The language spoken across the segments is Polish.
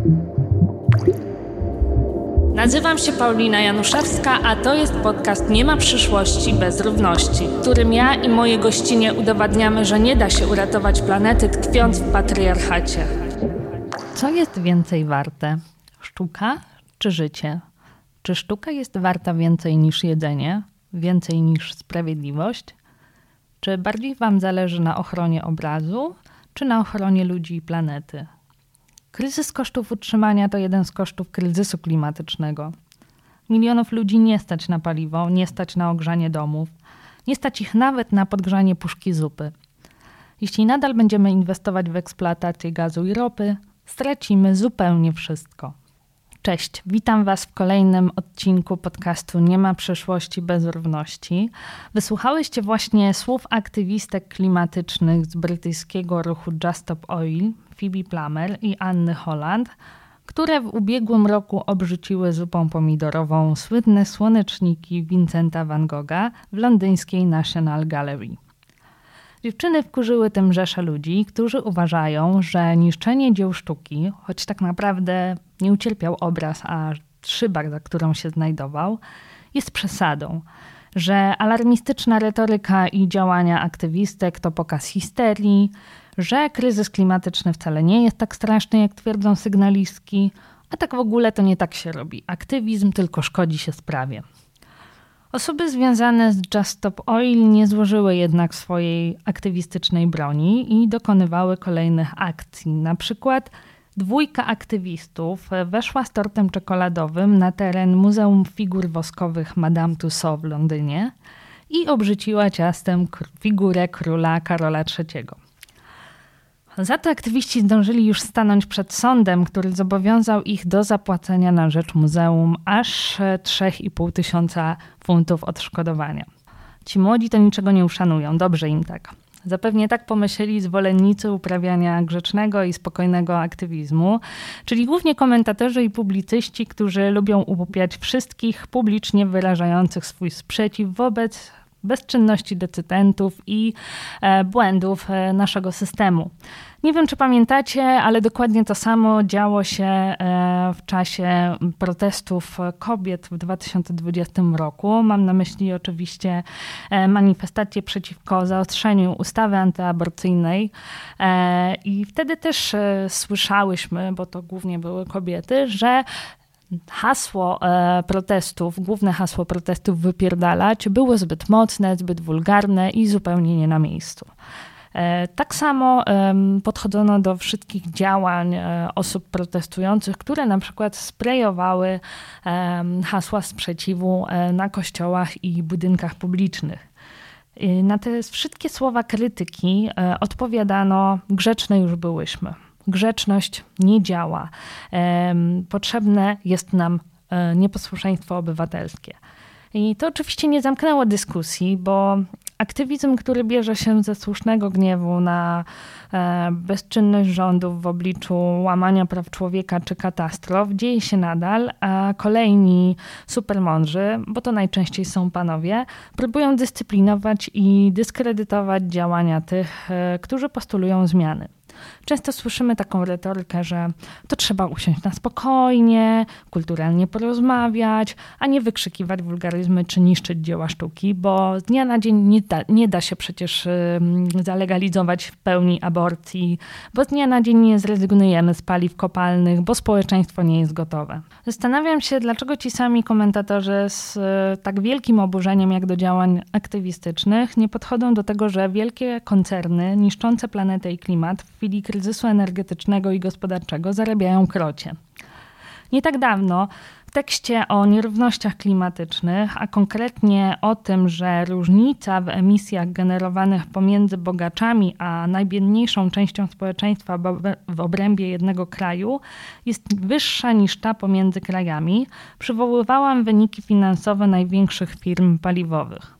Nazywam się Paulina Januszewska, a to jest podcast Nie ma przyszłości bez równości, w którym ja i moje gościnie udowadniamy, że nie da się uratować planety tkwiąc w patriarchacie. Co jest więcej warte? Sztuka czy życie? Czy sztuka jest warta więcej niż jedzenie? Więcej niż sprawiedliwość? Czy bardziej wam zależy na ochronie obrazu, czy na ochronie ludzi i planety? Kryzys kosztów utrzymania to jeden z kosztów kryzysu klimatycznego. Milionów ludzi nie stać na paliwo, nie stać na ogrzanie domów, nie stać ich nawet na podgrzanie puszki zupy. Jeśli nadal będziemy inwestować w eksploatację gazu i ropy, stracimy zupełnie wszystko. Cześć, witam Was w kolejnym odcinku podcastu Nie ma przyszłości bez równości. Wysłuchałyście właśnie słów aktywistek klimatycznych z brytyjskiego ruchu Just Stop Oil, Phoebe Plummer i Anny Holland, które w ubiegłym roku obrzuciły zupą pomidorową słynne słoneczniki Vincenta van Gogha w londyńskiej National Gallery. Dziewczyny wkurzyły tym rzesze ludzi, którzy uważają, że niszczenie dzieł sztuki, choć tak naprawdę nie ucierpiał obraz, a szyba, za którą się znajdował, jest przesadą. Że alarmistyczna retoryka i działania aktywistek to pokaz histerii, że kryzys klimatyczny wcale nie jest tak straszny, jak twierdzą sygnalistki, a tak w ogóle to nie tak się robi. Aktywizm tylko szkodzi się sprawie. Osoby związane z Just Stop Oil nie złożyły jednak swojej aktywistycznej broni i dokonywały kolejnych akcji. Na przykład 2 aktywistów weszła z tortem czekoladowym na teren Muzeum Figur Woskowych Madame Tussauds w Londynie i obrzuciła ciastem figurę króla Karola III. Za to aktywiści zdążyli już stanąć przed sądem, który zobowiązał ich do zapłacenia na rzecz muzeum aż 3,5 tysiąca funtów odszkodowania. Ci młodzi to niczego nie uszanują, dobrze im tak. Zapewnie tak pomyśleli zwolennicy uprawiania grzecznego i spokojnego aktywizmu, czyli głównie komentatorzy i publicyści, którzy lubią ułupiać wszystkich publicznie wyrażających swój sprzeciw wobec bezczynności decydentów i błędów naszego systemu. Nie wiem, czy pamiętacie, ale dokładnie to samo działo się w czasie protestów kobiet w 2020 roku. Mam na myśli oczywiście manifestacje przeciwko zaostrzeniu ustawy antyaborcyjnej i wtedy też słyszałyśmy, bo to głównie były kobiety, że hasło protestów, główne hasło protestów wypierdalać było zbyt mocne, zbyt wulgarne i zupełnie nie na miejscu. Tak samo podchodzono do wszystkich działań osób protestujących, które na przykład sprejowały hasła sprzeciwu na kościołach i budynkach publicznych. Na te wszystkie słowa krytyki odpowiadano: grzeczne już byłyśmy. Grzeczność nie działa. Potrzebne jest nam nieposłuszeństwo obywatelskie. I to oczywiście nie zamknęło dyskusji, bo aktywizm, który bierze się ze słusznego gniewu na bezczynność rządów w obliczu łamania praw człowieka czy katastrof, dzieje się nadal, a kolejni supermądrzy, bo to najczęściej są panowie, próbują dyscyplinować i dyskredytować działania tych, którzy postulują zmiany. Często słyszymy taką retorykę, że to trzeba usiąść na spokojnie, kulturalnie porozmawiać, a nie wykrzykiwać wulgaryzmy czy niszczyć dzieła sztuki, bo z dnia na dzień nie da się przecież zalegalizować w pełni aborcji, bo z dnia na dzień nie zrezygnujemy z paliw kopalnych, bo społeczeństwo nie jest gotowe. Zastanawiam się, dlaczego ci sami komentatorzy z tak wielkim oburzeniem jak do działań aktywistycznych nie podchodzą do tego, że wielkie koncerny niszczące planetę i klimat w chwili kryzysu energetycznego i gospodarczego zarabiają krocie. Nie tak dawno w tekście o nierównościach klimatycznych, a konkretnie o tym, że różnica w emisjach generowanych pomiędzy bogaczami a najbiedniejszą częścią społeczeństwa w obrębie jednego kraju jest wyższa niż ta pomiędzy krajami, przywoływałam wyniki finansowe największych firm paliwowych.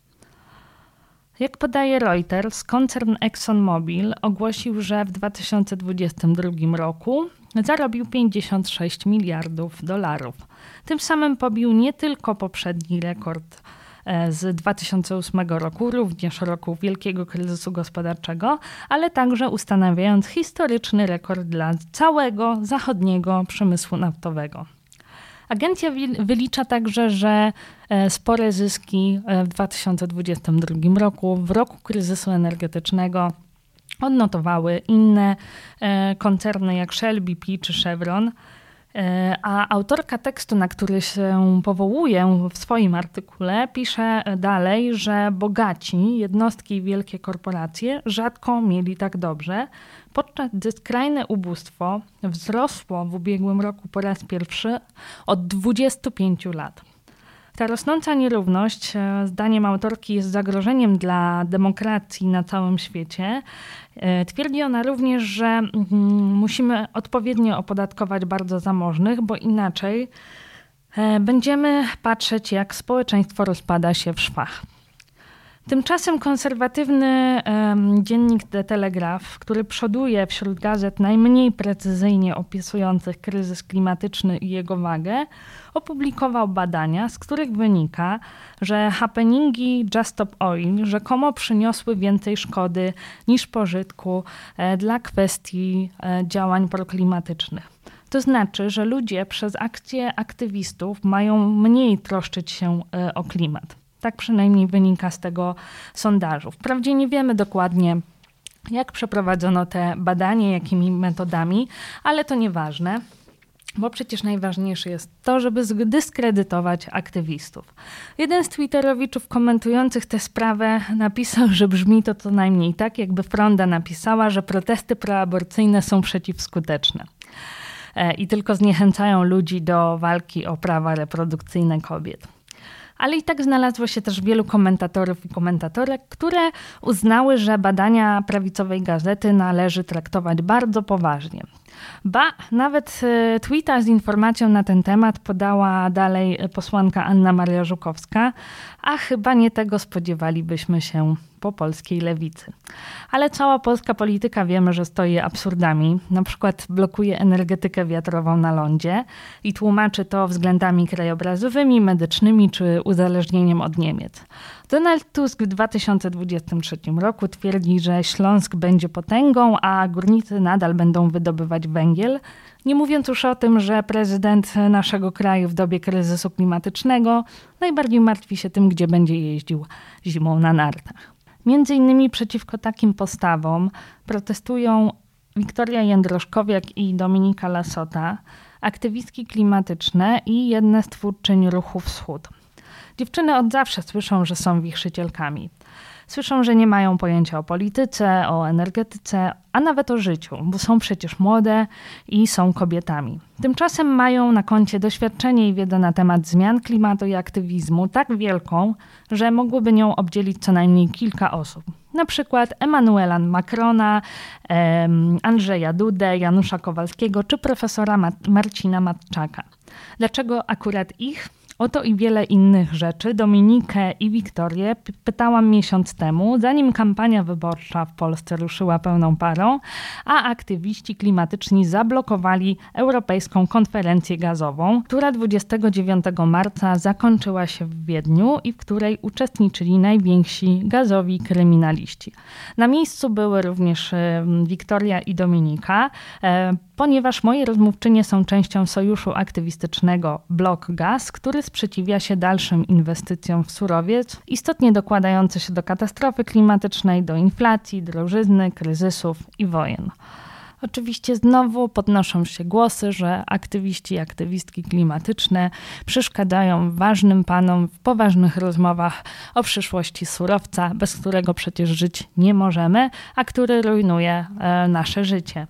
Jak podaje Reuters, koncern ExxonMobil ogłosił, że w 2022 roku zarobił $56 miliardów. Tym samym pobił nie tylko poprzedni rekord z 2008 roku, również roku wielkiego kryzysu gospodarczego, ale także ustanawiając historyczny rekord dla całego zachodniego przemysłu naftowego. Agencja wylicza także, że spore zyski w 2022 roku, w roku kryzysu energetycznego, odnotowały inne koncerny jak Shell, BP czy Chevron. A autorka tekstu, na który się powołuję w swoim artykule, pisze dalej, że bogaci, jednostki i wielkie korporacje rzadko mieli tak dobrze, podczas gdy skrajne ubóstwo wzrosło w ubiegłym roku po raz pierwszy od 25 lat. Ta rosnąca nierówność, zdaniem autorki, jest zagrożeniem dla demokracji na całym świecie. Twierdzi ona również, że musimy odpowiednio opodatkować bardzo zamożnych, bo inaczej będziemy patrzeć, jak społeczeństwo rozpada się w szwach. Tymczasem konserwatywny dziennik The Telegraph, który przoduje wśród gazet najmniej precyzyjnie opisujących kryzys klimatyczny i jego wagę, opublikował badania, z których wynika, że happeningi Just Stop Oil rzekomo przyniosły więcej szkody niż pożytku dla kwestii działań proklimatycznych. To znaczy, że ludzie przez akcje aktywistów mają mniej troszczyć się o klimat. Tak przynajmniej wynika z tego sondażu. Wprawdzie nie wiemy dokładnie, jak przeprowadzono te badanie, jakimi metodami, ale to nieważne, bo przecież najważniejsze jest to, żeby zdyskredytować aktywistów. Jeden z twitterowiczów komentujących tę sprawę napisał, że brzmi to co najmniej tak, jakby Fronda napisała, że protesty proaborcyjne są przeciwskuteczne i tylko zniechęcają ludzi do walki o prawa reprodukcyjne kobiet. Ale i tak znalazło się też wielu komentatorów i komentatorek, które uznały, że badania prawicowej gazety należy traktować bardzo poważnie. Ba, nawet tweeta z informacją na ten temat podała dalej posłanka Anna Maria Żukowska, a chyba nie tego spodziewalibyśmy się po polskiej lewicy. Ale cała polska polityka wiemy, że stoi absurdami. Na przykład blokuje energetykę wiatrową na lądzie i tłumaczy to względami krajobrazowymi, medycznymi czy uzależnieniem od Niemiec. Donald Tusk w 2023 roku twierdzi, że Śląsk będzie potęgą, a górnicy nadal będą wydobywać węgiel. Nie mówiąc już o tym, że prezydent naszego kraju w dobie kryzysu klimatycznego najbardziej martwi się tym, gdzie będzie jeździł zimą na nartach. Między innymi przeciwko takim postawom protestują Wiktoria Jędroszkowiak i Dominika Lasota, aktywistki klimatyczne i jedne z twórczyń ruchu Wschód. Dziewczyny od zawsze słyszą, że są wichrzycielkami. Słyszą, że nie mają pojęcia o polityce, o energetyce, a nawet o życiu, bo są przecież młode i są kobietami. Tymczasem mają na koncie doświadczenie i wiedzę na temat zmian klimatu i aktywizmu tak wielką, że mogłyby nią obdzielić co najmniej kilka osób. Na przykład Emmanuela Macrona, Andrzeja Dudę, Janusza Kowalskiego czy profesora Marcina Matczaka. Dlaczego akurat ich? O to i wiele innych rzeczy Dominikę i Wiktorię pytałam miesiąc temu, zanim kampania wyborcza w Polsce ruszyła pełną parą, a aktywiści klimatyczni zablokowali Europejską Konferencję Gazową, która 29 marca zakończyła się w Wiedniu i w której uczestniczyli najwięksi gazowi kryminaliści. Na miejscu były również Wiktoria i Dominika, ponieważ moje rozmówczynie są częścią sojuszu aktywistycznego Blok Gaz, który sprzeciwia się dalszym inwestycjom w surowiec, istotnie dokładający się do katastrofy klimatycznej, do inflacji, drożyzny, kryzysów i wojen. Oczywiście znowu podnoszą się głosy, że aktywiści i aktywistki klimatyczne przeszkadzają ważnym panom w poważnych rozmowach o przyszłości surowca, bez którego przecież żyć nie możemy, a który rujnuje nasze życie.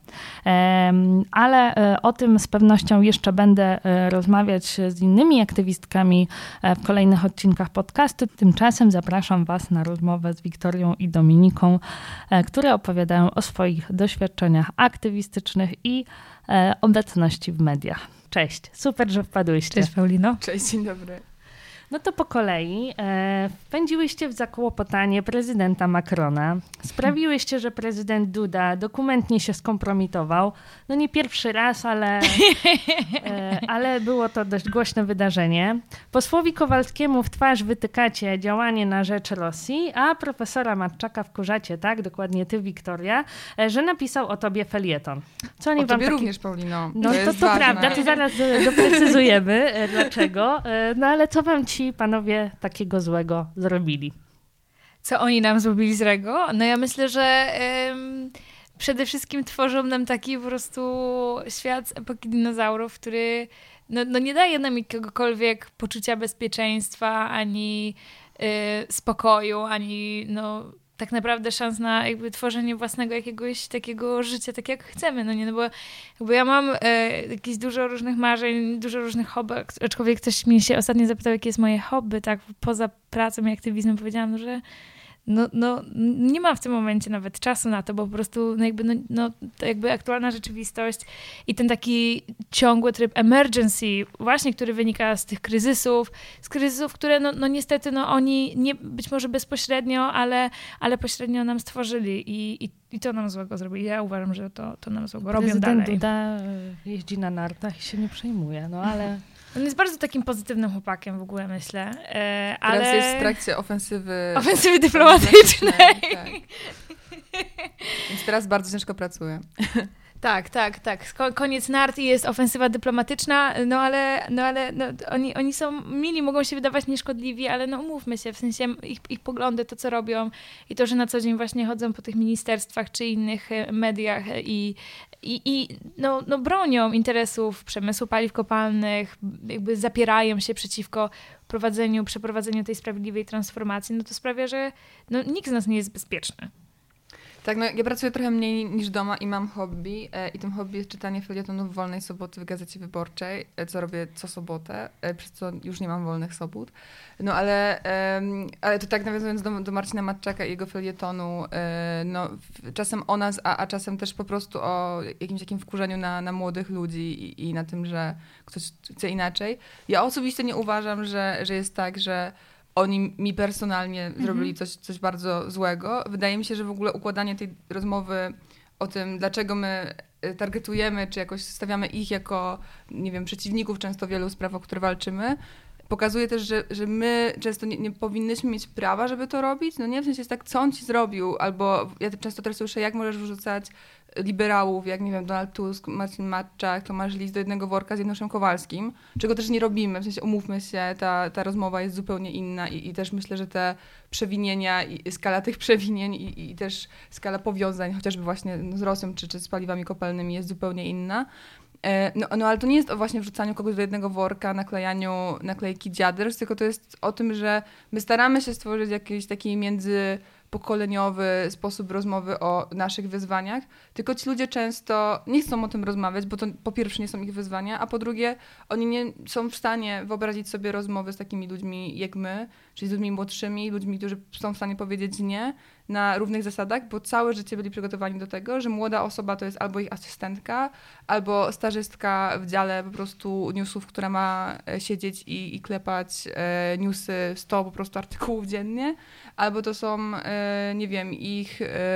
Ale o tym z pewnością jeszcze będę rozmawiać z innymi aktywistkami w kolejnych odcinkach podcastu. Tymczasem zapraszam Was na rozmowę z Wiktorią i Dominiką, które opowiadają o swoich doświadczeniach aktywistycznych i obecności w mediach. Cześć, super, że wpadłyście. Cześć Paulino. Cześć, dzień dobry. No to po kolei wpędziłyście w zakłopotanie prezydenta Macrona. Sprawiłyście, że prezydent Duda dokumentnie się skompromitował. No nie pierwszy raz, ale było to dość głośne wydarzenie. Posłowi Kowalskiemu w twarz wytykacie działanie na rzecz Rosji, a profesora Matczaka wkurzacie, tak, dokładnie ty, Wiktoria, że napisał o tobie felieton. Co oni o tobie również, Paulino. No to prawda, to zaraz doprecyzujemy dlaczego. No ale co wam ci panowie takiego złego zrobili? Co oni nam zrobili złego? No ja myślę, że przede wszystkim tworzą nam taki po prostu świat z epoki dinozaurów, który no nie daje nam jakiegokolwiek poczucia bezpieczeństwa, ani spokoju, ani tak naprawdę szans na jakby tworzenie własnego jakiegoś takiego życia, tak jak chcemy, no bo jakby ja mam jakieś dużo różnych marzeń, dużo różnych hobby, aczkolwiek ktoś mnie się ostatnio zapytał, jakie jest moje hobby, tak, poza pracą i aktywizmem, powiedziałam, że nie mam w tym momencie nawet czasu na to, bo po prostu jakby aktualna rzeczywistość i ten taki ciągły tryb emergency właśnie, który wynika z tych kryzysów, które niestety oni nie być może bezpośrednio, ale pośrednio nam stworzyli i to nam złego zrobili. Ja uważam, że to nam złego robią dalej. Prezydent Duda jeździ na nartach i się nie przejmuje, ale... On jest bardzo takim pozytywnym chłopakiem w ogóle, myślę. Teraz jest w trakcie ofensywy dyplomatycznej. Tak. Więc teraz bardzo ciężko pracuje. Tak. Koniec nart i jest ofensywa dyplomatyczna, ale oni są mili, mogą się wydawać nieszkodliwi, ale umówmy się, w sensie ich poglądy, to co robią i to, że na co dzień właśnie chodzą po tych ministerstwach czy innych mediach i bronią interesów przemysłu paliw kopalnych, jakby zapierają się przeciwko przeprowadzeniu tej sprawiedliwej transformacji, to sprawia, że nikt z nas nie jest bezpieczny. Tak, ja pracuję trochę mniej niż doma i mam hobby. I tym hobby jest czytanie felietonów Wolnej Soboty w Gazecie Wyborczej, co robię co sobotę, przez co już nie mam wolnych sobót. Ale to tak nawiązując do Marcina Matczaka i jego felietonu, czasem o nas, a czasem też po prostu o jakimś takim wkurzeniu na młodych ludzi i na tym, że ktoś chce inaczej. Ja osobiście nie uważam, że jest tak, że oni mi personalnie zrobili coś bardzo złego. Wydaje mi się, że w ogóle układanie tej rozmowy o tym, dlaczego my targetujemy, czy jakoś stawiamy ich jako, nie wiem, przeciwników często wielu spraw, o które walczymy, pokazuje też, że my często nie powinnyśmy mieć prawa, żeby to robić. W sensie jest tak, co on ci zrobił, albo ja często też słyszę, jak możesz wrzucać liberałów, jak, nie wiem, Donald Tusk, Marcin Matczak, Tomasz Lis do jednego worka z Januszem Kowalskim, czego też nie robimy, w sensie umówmy się, ta rozmowa jest zupełnie inna i też myślę, że te przewinienia i skala tych przewinień i też skala powiązań, chociażby właśnie z Rosją czy z paliwami kopalnymi jest zupełnie inna. Ale to nie jest o właśnie wrzucaniu kogoś do jednego worka, naklejaniu naklejki dziaderstw, tylko to jest o tym, że my staramy się stworzyć jakiś taki międzypokoleniowy sposób rozmowy o naszych wyzwaniach, tylko ci ludzie często nie chcą o tym rozmawiać, bo to po pierwsze nie są ich wyzwania, a po drugie oni nie są w stanie wyobrazić sobie rozmowy z takimi ludźmi jak my, czyli z ludźmi młodszymi, ludźmi, którzy są w stanie powiedzieć nie na równych zasadach, bo całe życie byli przygotowani do tego, że młoda osoba to jest albo ich asystentka, albo stażystka w dziale po prostu newsów, która ma siedzieć i klepać newsy 100 po prostu artykułów dziennie, albo to są, nie wiem, ich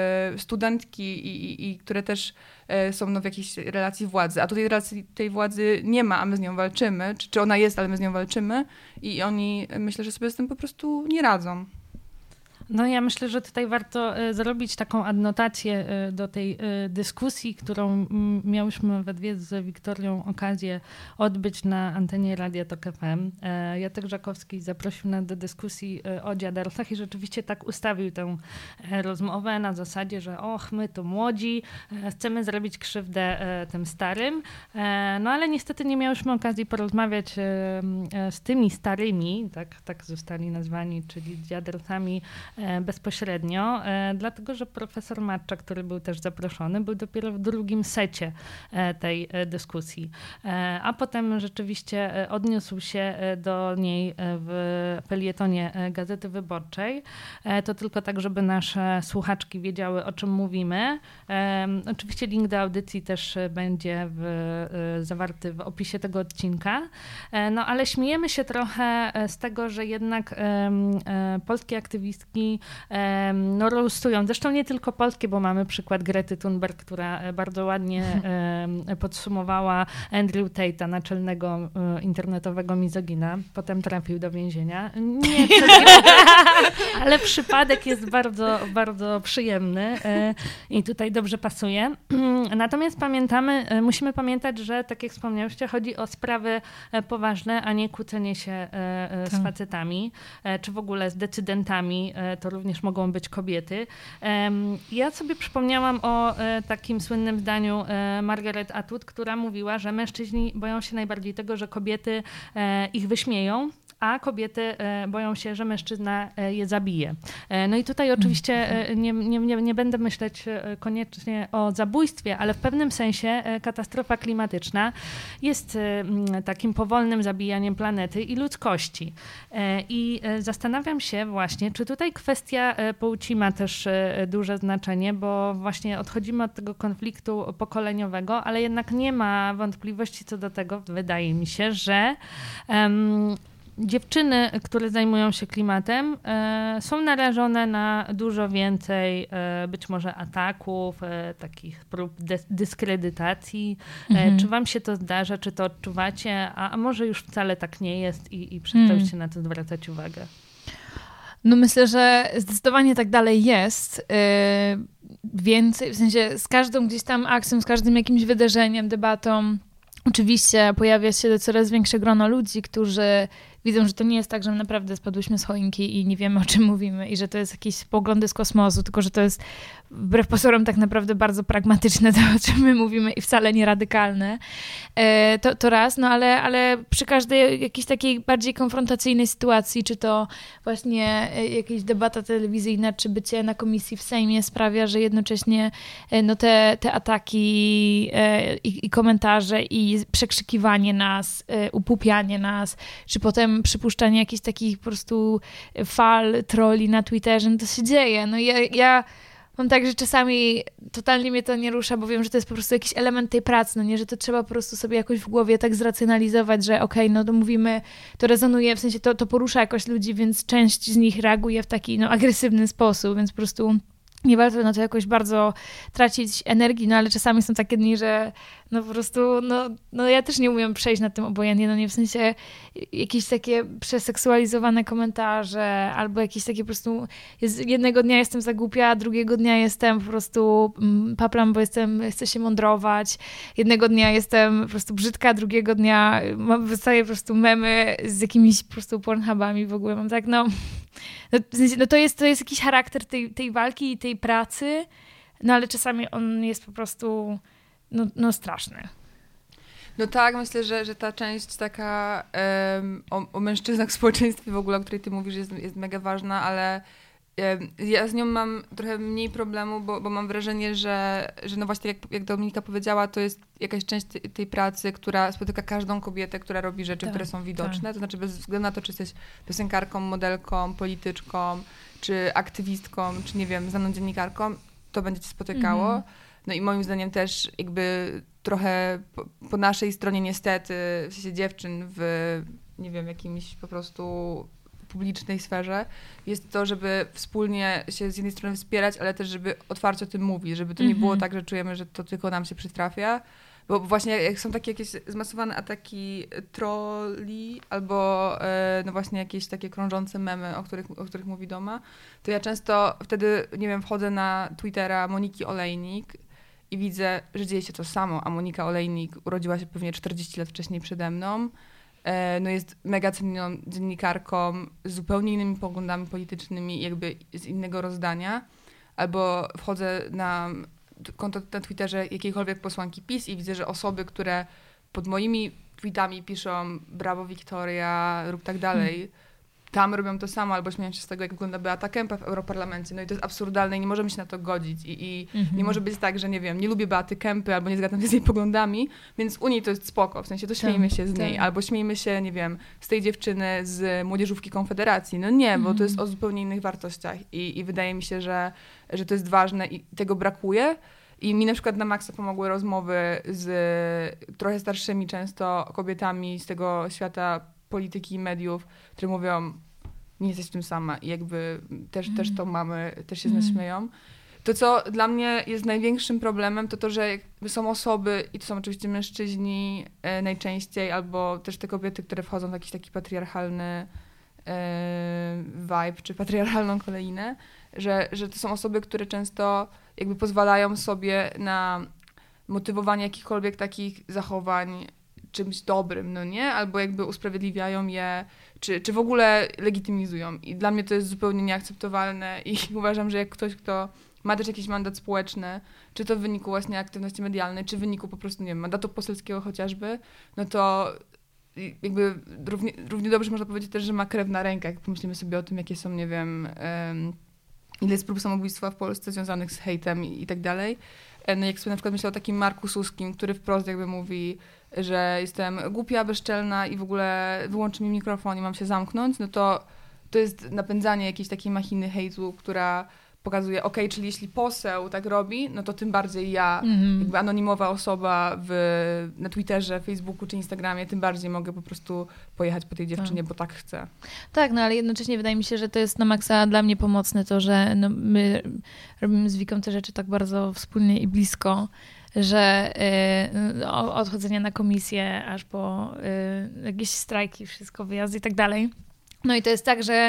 studentki, które też są w jakiejś relacji władzy, a tutaj relacji tej władzy nie ma, a my z nią walczymy, czy ona jest, ale my z nią walczymy i oni myślę, że sobie z tym po prostu nie radzą. Ja myślę, że tutaj warto zrobić taką adnotację do tej dyskusji, którą miałyśmy we dwie z Wiktorią okazję odbyć na antenie Radia Tok FM. Jacek Żakowski zaprosił nas do dyskusji o dziadersach i rzeczywiście tak ustawił tę rozmowę na zasadzie, że my to młodzi, chcemy zrobić krzywdę tym starym, ale niestety nie miałyśmy okazji porozmawiać z tymi starymi, tak zostali nazwani, czyli dziadersami bezpośrednio, dlatego że profesor Matcza, który był też zaproszony, był dopiero w drugim secie tej dyskusji. A potem rzeczywiście odniósł się do niej w felietonie Gazety Wyborczej. To tylko tak, żeby nasze słuchaczki wiedziały, o czym mówimy. Oczywiście link do audycji też będzie zawarty w opisie tego odcinka. No ale śmiejemy się trochę z tego, że jednak polskie aktywistki roastują. Zresztą nie tylko polskie, bo mamy przykład Grety Thunberg, która bardzo ładnie podsumowała Andrew Tate'a, naczelnego internetowego mizogina. Potem trafił do więzienia. Nie, ale przypadek jest bardzo, bardzo przyjemny i tutaj dobrze pasuje. Natomiast musimy pamiętać, że tak jak wspomniałyście, chodzi o sprawy poważne, a nie kłócenie się z facetami, czy w ogóle z decydentami, to również mogą być kobiety. Ja sobie przypomniałam o takim słynnym zdaniu Margaret Atwood, która mówiła, że mężczyźni boją się najbardziej tego, że kobiety ich wyśmieją, a kobiety boją się, że mężczyzna je zabije. No i tutaj oczywiście nie będę myśleć koniecznie o zabójstwie, ale w pewnym sensie katastrofa klimatyczna jest takim powolnym zabijaniem planety i ludzkości. I zastanawiam się właśnie, czy tutaj kwestia płci ma też duże znaczenie, bo właśnie odchodzimy od tego konfliktu pokoleniowego, ale jednak nie ma wątpliwości co do tego, wydaje mi się, że dziewczyny, które zajmują się klimatem, są narażone na dużo więcej być może ataków, takich prób dyskredytacji. Czy wam się to zdarza, czy to odczuwacie, a może już wcale tak nie jest i przestałyście na to zwracać uwagę? No myślę, że zdecydowanie tak dalej jest. Więcej, w sensie z każdą gdzieś tam akcją, z każdym jakimś wydarzeniem, debatą, oczywiście pojawia się coraz większe grono ludzi, którzy widzą, że to nie jest tak, że my naprawdę spadłyśmy z choinki i nie wiemy, o czym mówimy i że to jest jakieś poglądy z kosmosu, tylko że to jest wbrew pozorom tak naprawdę bardzo pragmatyczne to, o czym my mówimy i wcale nie radykalne. To raz, no ale przy każdej jakiejś takiej bardziej konfrontacyjnej sytuacji, czy to właśnie jakaś debata telewizyjna, czy bycie na komisji w Sejmie sprawia, że jednocześnie no te ataki i komentarze i przekrzykiwanie nas, upupianie nas, czy potem przypuszczanie jakichś takich po prostu fal trolli na Twitterze, no to się dzieje. No ja mam tak, że czasami totalnie mnie to nie rusza, bo wiem, że to jest po prostu jakiś element tej pracy, no nie, że to trzeba po prostu sobie jakoś w głowie tak zracjonalizować, że okej, no to mówimy, to rezonuje, w sensie to porusza jakoś ludzi, więc część z nich reaguje w taki agresywny sposób, więc po prostu nie warto na to jakoś bardzo tracić energii, no ale czasami są takie dni, że no po prostu, no ja też nie umiem przejść nad tym obojętnie, no nie, w sensie jakieś takie przeseksualizowane komentarze, albo jakieś takie po prostu, jednego dnia jestem za głupia, drugiego dnia jestem po prostu paplam, bo chcę się mądrować, jednego dnia jestem po prostu brzydka, drugiego dnia wystaję po prostu memy z jakimiś po prostu Pornhubami w ogóle, mam tak, w sensie, no to jest jakiś charakter tej walki i tej pracy, no ale czasami on jest po prostu straszny. No tak, myślę, że ta część taka o mężczyznach w społeczeństwie w ogóle, o której ty mówisz, jest mega ważna, ale ja z nią mam trochę mniej problemu, bo mam wrażenie, że no właśnie jak Dominika powiedziała, to jest jakaś część tej pracy, która spotyka każdą kobietę, która robi rzeczy, które są widoczne. Tak. To znaczy bez względu na to, czy jesteś piosenkarką, modelką, polityczką, czy aktywistką, czy nie wiem, znaną dziennikarką, to będzie cię spotykało. No i moim zdaniem też jakby trochę po naszej stronie niestety, w sensie dziewczyn w, nie wiem, jakimś po prostu publicznej sferze, jest to, żeby wspólnie się z jednej strony wspierać, ale też, żeby otwarcie o tym mówić, żeby to nie było tak, że czujemy, że to tylko nam się przytrafia. Bo właśnie jak są takie jakieś zmasowane ataki trolli albo no właśnie jakieś takie krążące memy, o których mówi Doma, to ja często wtedy, nie wiem, wchodzę na Twittera Moniki Olejnik i widzę, że dzieje się to samo, a Monika Olejnik urodziła się pewnie 40 lat wcześniej przede mną. No jest mega cenioną dziennikarką z zupełnie innymi poglądami politycznymi, jakby z innego rozdania. Albo wchodzę na konto na Twitterze jakiejkolwiek posłanki PiS i widzę, że osoby, które pod moimi tweetami piszą brawo Wiktoria lub tak dalej, tam robią to samo, albo śmieją się z tego, jak wygląda Beata Kempa w Europarlamencie. No i to jest absurdalne i nie możemy się na to godzić. I nie może być tak, że nie wiem, nie lubię Beaty Kempy, albo nie zgadzam się z jej poglądami, więc u niej to jest spoko, w sensie to śmiejmy się z niej, albo śmiejmy się, nie wiem, z tej dziewczyny z młodzieżówki Konfederacji. No nie, bo to jest o zupełnie innych wartościach i wydaje mi się, że to jest ważne i tego brakuje. I mi na przykład na maksa pomogły rozmowy z trochę starszymi często kobietami z tego świata polityki i mediów, które mówią, nie jesteś w tym sama i jakby też to mamy, też się z nas śmieją. To, co dla mnie jest największym problemem, to, że jakby są osoby, i to są oczywiście mężczyźni najczęściej, albo też te kobiety, które wchodzą w jakiś taki patriarchalny vibe, czy patriarchalną kolejnę, że to są osoby, które często jakby pozwalają sobie na motywowanie jakichkolwiek takich zachowań czymś dobrym, no nie? Albo jakby usprawiedliwiają je, czy w ogóle legitymizują. I dla mnie to jest zupełnie nieakceptowalne i uważam, że jak ktoś, kto ma też jakiś mandat społeczny, czy to w wyniku właśnie aktywności medialnej, czy w wyniku po prostu, nie wiem, mandatu poselskiego chociażby, no to jakby równie dobrze można powiedzieć też, że ma krew na rękach, jak pomyślimy sobie o tym, jakie są, nie wiem, ile jest prób samobójstwa w Polsce związanych z hejtem i tak dalej. No jak sobie na przykład myślę o takim Marku Suskim, który wprost jakby mówi, że jestem głupia, bezczelna i w ogóle wyłączy mi mikrofon i mam się zamknąć, no to jest napędzanie jakiejś takiej machiny hejtu, która pokazuje, czyli jeśli poseł tak robi, no to tym bardziej ja, jakby anonimowa osoba na Twitterze, Facebooku czy Instagramie, tym bardziej mogę po prostu pojechać po tej dziewczynie, bo tak chcę. Tak, no ale jednocześnie wydaje mi się, że to jest na maksa dla mnie pomocne to, że no, my robimy z Wiką te rzeczy tak bardzo wspólnie i blisko, że od chodzenia na komisję, aż po jakieś strajki, wszystko, wyjazdy i tak dalej. No i to jest tak, że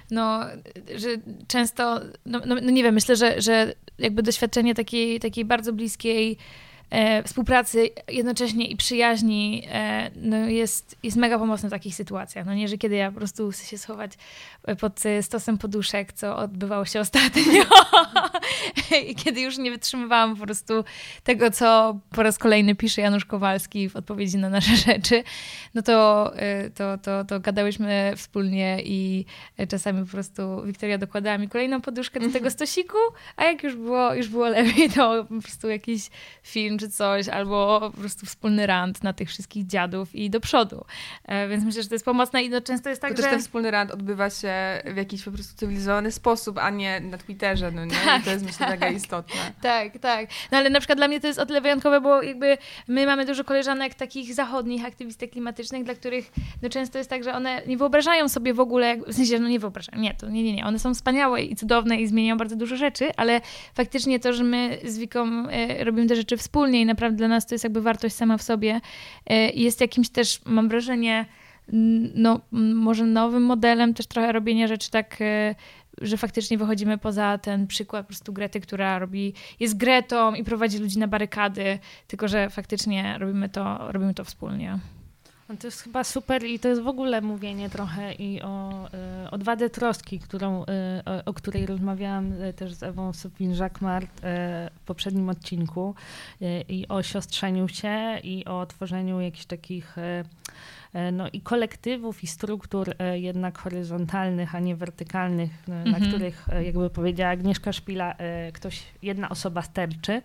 często, nie wiem, myślę, że jakby doświadczenie takiej bardzo bliskiej współpracy jednocześnie i przyjaźni jest mega pomocne w takich sytuacjach. No nie, że kiedy ja po prostu chcę się schować pod stosem poduszek, co odbywało się ostatnio i kiedy już nie wytrzymywałam po prostu tego, co po raz kolejny pisze Janusz Kowalski w odpowiedzi na nasze rzeczy, no to gadałyśmy wspólnie i czasami po prostu Wiktoria dokładała mi kolejną poduszkę do tego stosiku, a jak już było lepiej, to po prostu jakiś film czy coś, albo po prostu wspólny rant na tych wszystkich dziadów i do przodu. Więc myślę, że to jest pomocne i często jest tak, że... Też ten wspólny rant odbywa się w jakiś po prostu cywilizowany sposób, a nie na Twitterze, no nie? Tak, i to jest myślę mega istotne. Tak. No ale na przykład dla mnie to jest o tyle wyjątkowe, bo jakby my mamy dużo koleżanek takich zachodnich, aktywistek klimatycznych, dla których często jest tak, że one nie wyobrażają sobie w ogóle, w sensie, nie wyobrażają, nie. One są wspaniałe i cudowne i zmieniają bardzo dużo rzeczy, ale faktycznie to, że my z Wiką robimy te rzeczy wspólnie i naprawdę dla nas to jest jakby wartość sama w sobie. Jest jakimś też, mam wrażenie, może nowym modelem też trochę robienia rzeczy tak, że faktycznie wychodzimy poza ten przykład po prostu Grety, która jest Gretą i prowadzi ludzi na barykady, tylko że faktycznie robimy to wspólnie. No to jest chyba super i to jest w ogóle mówienie trochę i o odwadze troski, o której rozmawiałam też z Ewą Sopin-Jacquemart w poprzednim odcinku i o siostrzeniu się i o tworzeniu jakichś takich i kolektywów i struktur jednak horyzontalnych, a nie wertykalnych, na których, jakby powiedziała Agnieszka Szpila, jedna osoba sterczy.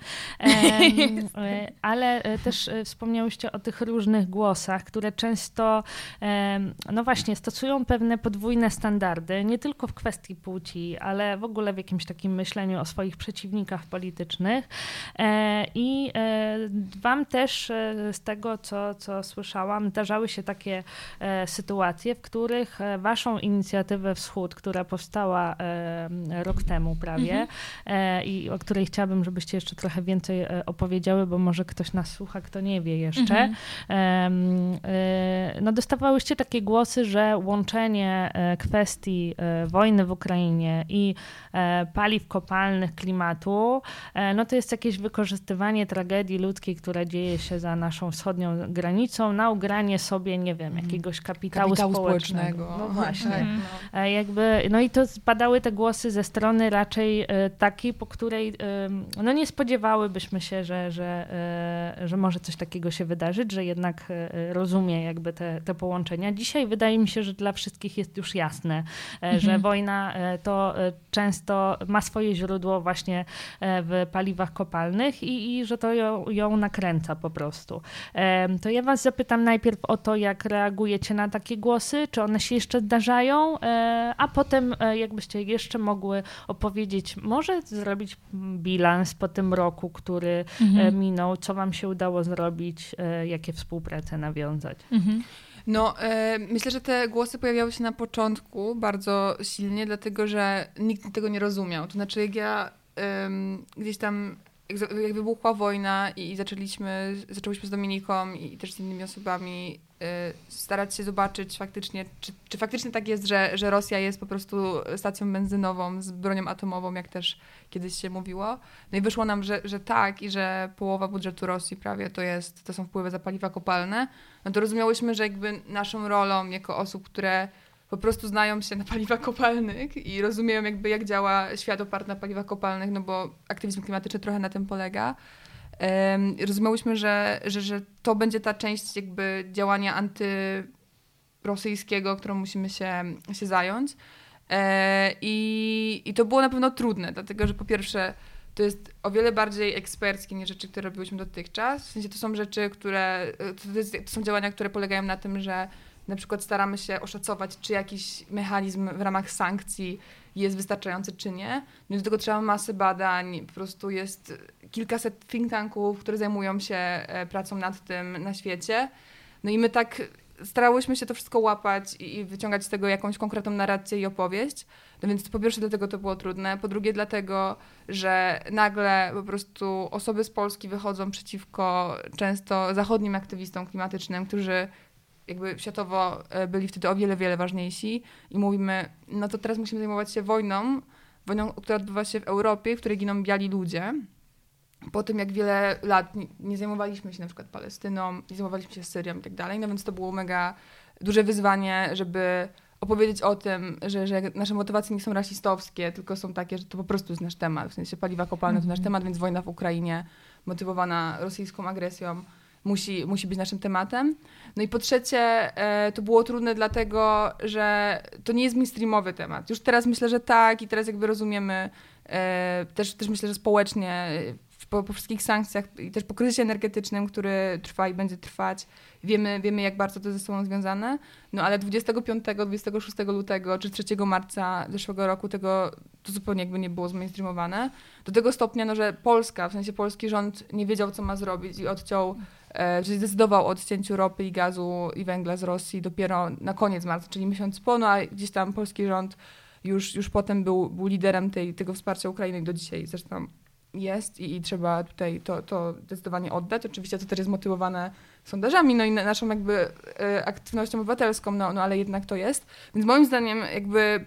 Ale też wspomniałyście o tych różnych głosach, które często, właśnie, stosują pewne podwójne standardy, nie tylko w kwestii płci, ale w ogóle w jakimś takim myśleniu o swoich przeciwnikach politycznych. I wam też z tego, co słyszałam, zdarzały się takie sytuacje, w których waszą inicjatywę Wschód, która powstała rok temu prawie i o której chciałabym, żebyście jeszcze trochę więcej opowiedziały, bo może ktoś nas słucha, kto nie wie jeszcze. Dostawałyście takie głosy, że łączenie kwestii wojny w Ukrainie i paliw kopalnych, klimatu, to jest jakieś wykorzystywanie tragedii ludzkiej, która dzieje się za naszą wschodnią granicą, na ugranie sobie, nie wiem, jakiegoś kapitału społecznego. No właśnie. No. I to padały te głosy ze strony raczej takiej, po której nie spodziewałybyśmy się, że może coś takiego się wydarzyć, że jednak rozumie jakby te połączenia. Dzisiaj wydaje mi się, że dla wszystkich jest już jasne, że wojna to często ma swoje źródło właśnie w paliwach kopalnych i że to ją nakręca po prostu. To ja was zapytam najpierw o to, jak reagujecie na takie głosy, czy one się jeszcze zdarzają, a potem jakbyście jeszcze mogły opowiedzieć, może zrobić bilans po tym roku, który minął, co wam się udało zrobić, jakie współprace nawiązać. No, myślę, że te głosy pojawiały się na początku bardzo silnie, dlatego że nikt tego nie rozumiał. To znaczy, jak ja gdzieś tam, jak wybuchła wojna i zaczęłyśmy z Dominiką i też z innymi osobami starać się zobaczyć faktycznie, czy faktycznie tak jest, że Rosja jest po prostu stacją benzynową z bronią atomową, jak też kiedyś się mówiło. No i wyszło nam, że tak i że połowa budżetu Rosji prawie to są wpływy za paliwa kopalne. No to rozumiałyśmy, że jakby naszą rolą jako osób, które po prostu znają się na paliwach kopalnych i rozumieją jakby jak działa świat oparty na paliwach kopalnych, no bo aktywizm klimatyczny trochę na tym polega. Rozumiałyśmy, że to będzie ta część jakby działania antyrosyjskiego, którą musimy się zająć. I to było na pewno trudne, dlatego że po pierwsze to jest o wiele bardziej eksperckie niż rzeczy, które robiłyśmy dotychczas. W sensie to są rzeczy, to są działania, które polegają na tym, że na przykład staramy się oszacować, czy jakiś mechanizm w ramach sankcji jest wystarczający, czy nie. No i do tego trzeba masy badań, po prostu jest kilkaset think tanków, które zajmują się pracą nad tym na świecie. No i my tak starałyśmy się to wszystko łapać i wyciągać z tego jakąś konkretną narrację i opowieść. No więc po pierwsze dlatego to było trudne, po drugie dlatego, że nagle po prostu osoby z Polski wychodzą przeciwko często zachodnim aktywistom klimatycznym, którzy jakby światowo byli wtedy o wiele, wiele ważniejsi i mówimy, no to teraz musimy zajmować się wojną, która odbywa się w Europie, w której giną biali ludzie. Po tym, jak wiele lat nie zajmowaliśmy się na przykład Palestyną, nie zajmowaliśmy się Syrią i tak dalej, no więc to było mega duże wyzwanie, żeby opowiedzieć o tym, że nasze motywacje nie są rasistowskie, tylko są takie, że to po prostu jest nasz temat. W sensie paliwa kopalne to nasz temat, więc wojna w Ukrainie motywowana rosyjską agresją musi być naszym tematem. No i po trzecie, to było trudne dlatego, że to nie jest mainstreamowy temat. Już teraz myślę, że tak i teraz jakby rozumiemy, też myślę, że społecznie po wszystkich sankcjach i też po kryzysie energetycznym, który trwa i będzie trwać, wiemy jak bardzo to ze sobą związane. No ale 25, 26 lutego czy 3 marca zeszłego roku to zupełnie jakby nie było zmainstreamowane. Do tego stopnia, no, że Polska, w sensie polski rząd nie wiedział, co ma zrobić i czyli zdecydował o odcięciu ropy i gazu i węgla z Rosji dopiero na koniec marca, czyli miesiąc po, no a gdzieś tam polski rząd już potem był liderem tego wsparcia Ukrainy i do dzisiaj zresztą jest i trzeba tutaj to zdecydowanie oddać. Oczywiście to też jest motywowane sondażami, no i naszą jakby aktywnością obywatelską, no ale jednak to jest. Więc moim zdaniem jakby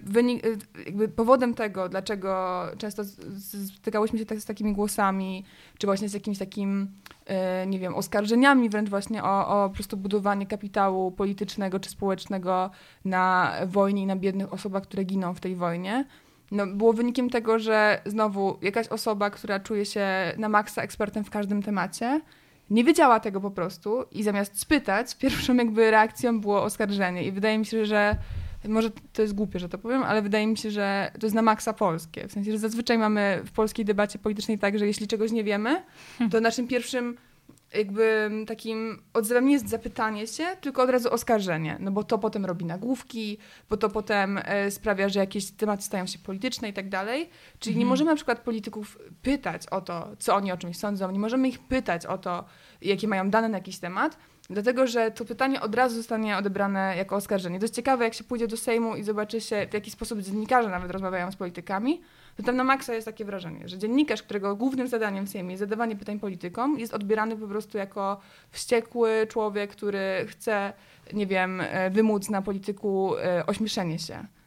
powodem tego, dlaczego często stykałyśmy się z takimi głosami, czy właśnie z jakimś takim, nie wiem, oskarżeniami wręcz właśnie o po prostu budowanie kapitału politycznego czy społecznego na wojnie i na biednych osobach, które giną w tej wojnie, no, było wynikiem tego, że znowu jakaś osoba, która czuje się na maksa ekspertem w każdym temacie, nie wiedziała tego po prostu i zamiast spytać, pierwszą jakby reakcją było oskarżenie. I wydaje mi się, że może to jest głupie, że to powiem, ale wydaje mi się, że to jest na maksa polskie. W sensie, że zazwyczaj mamy w polskiej debacie politycznej tak, że jeśli czegoś nie wiemy, to naszym pierwszym jakby takim odzewem nie jest zapytanie się, tylko od razu oskarżenie, no bo to potem robi nagłówki, bo to potem sprawia, że jakieś tematy stają się polityczne i tak dalej. Czyli nie możemy na przykład polityków pytać o to, co oni o czymś sądzą, nie możemy ich pytać o to, jakie mają dane na jakiś temat, dlatego że to pytanie od razu zostanie odebrane jako oskarżenie. To jest ciekawe, jak się pójdzie do Sejmu i zobaczy się, w jaki sposób dziennikarze nawet rozmawiają z politykami, to tam na maksa jest takie wrażenie, że dziennikarz, którego głównym zadaniem w Sejmie jest zadawanie pytań politykom, jest odbierany po prostu jako wściekły człowiek, który chce, nie wiem, wymóc na polityku ośmieszenie się.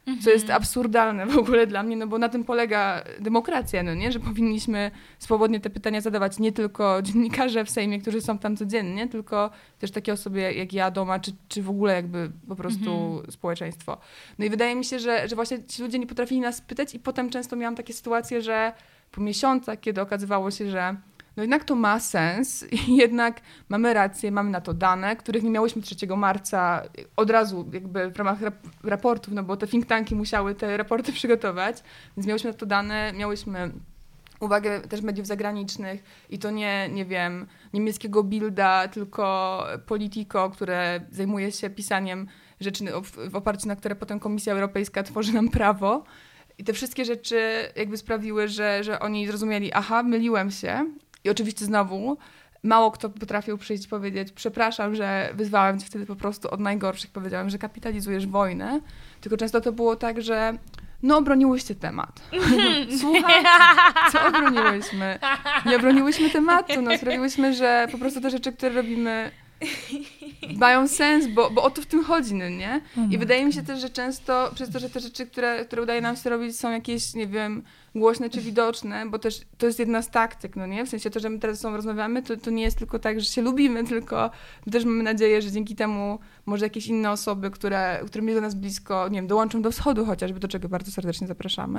co jest absurdalne w ogóle dla mnie, no bo na tym polega demokracja, no nie? Że powinniśmy swobodnie te pytania zadawać nie tylko dziennikarze w Sejmie, którzy są tam codziennie, tylko też takie osoby jak ja doma, czy w ogóle jakby po prostu społeczeństwo. No i wydaje mi się, że właśnie ci ludzie nie potrafili nas pytać i potem często miałam takie sytuacje, że po miesiącach, kiedy okazywało się, że no jednak to ma sens i jednak mamy rację, mamy na to dane, których nie miałyśmy 3 marca od razu jakby w ramach raportów, no bo te think tanki musiały te raporty przygotować, więc miałyśmy na to dane, miałyśmy uwagę też mediów zagranicznych i to nie wiem, niemieckiego Bilda, tylko Politico, które zajmuje się pisaniem rzeczy w oparciu na które potem Komisja Europejska tworzy nam prawo. I te wszystkie rzeczy jakby sprawiły, że oni zrozumieli, aha, myliłem się. I oczywiście znowu mało kto potrafił przyjść i powiedzieć, przepraszam, że wyzwałem cię wtedy po prostu od najgorszych. Powiedziałem, że kapitalizujesz wojnę. Tylko często to było tak, że no obroniłyście temat. Słuchaj, co obroniłyśmy? Nie obroniłyśmy tematu, no sprawiłyśmy, że po prostu te rzeczy, które robimy mają sens, bo o to w tym chodzi, no nie? I wydaje mi się też, że często przez to, że te rzeczy, które udaje nam się robić są jakieś, nie wiem, głośne czy widoczne, bo też to jest jedna z taktyk, no nie? W sensie to, że my teraz ze sobą rozmawiamy, to nie jest tylko tak, że się lubimy, tylko też mamy nadzieję, że dzięki temu może jakieś inne osoby, którym jest do nas blisko, nie wiem, dołączą do Wschodu chociażby, do czego bardzo serdecznie zapraszamy.